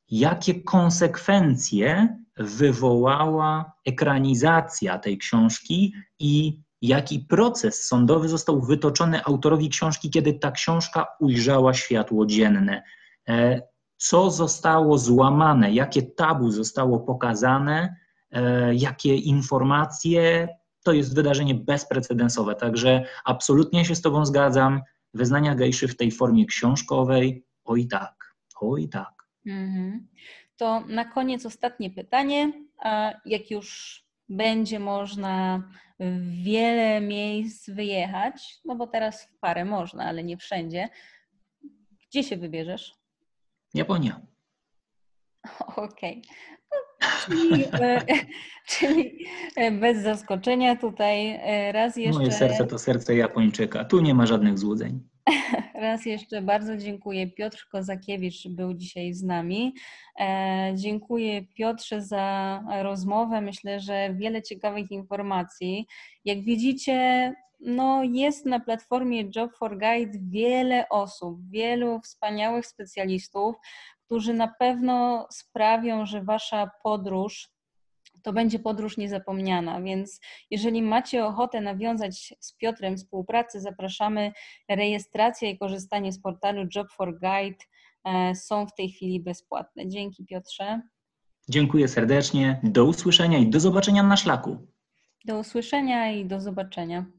jakie konsekwencje wywołała ekranizacja tej książki i jaki proces sądowy został wytoczony autorowi książki, kiedy ta książka ujrzała światło dzienne. Co zostało złamane, jakie tabu zostało pokazane, jakie informacje. To jest wydarzenie bezprecedensowe, także absolutnie się z Tobą zgadzam. Wyznania gejszy w tej formie książkowej, oj tak, oj tak. Mhm. To na koniec ostatnie pytanie. A jak już będzie można w wiele miejsc wyjechać, no bo teraz w parę można, ale nie wszędzie, gdzie się wybierzesz? Japonia. Okej. Okay. Czyli, czyli bez zaskoczenia tutaj raz jeszcze... Moje serce to serce Japończyka. Tu nie ma żadnych złudzeń. Raz jeszcze bardzo dziękuję. Piotr Kozakiewicz był dzisiaj z nami. E, dziękuję Piotrze za rozmowę. Myślę, że wiele ciekawych informacji. Jak widzicie, no jest na platformie Job for Guide wiele osób, wielu wspaniałych specjalistów, którzy na pewno sprawią, że wasza podróż to będzie podróż niezapomniana, więc jeżeli macie ochotę nawiązać z Piotrem współpracę, zapraszamy. Rejestracja i korzystanie z portalu Job for Guide są w tej chwili bezpłatne. Dzięki Piotrze. Dziękuję serdecznie, do usłyszenia i do zobaczenia na szlaku. Do usłyszenia i do zobaczenia.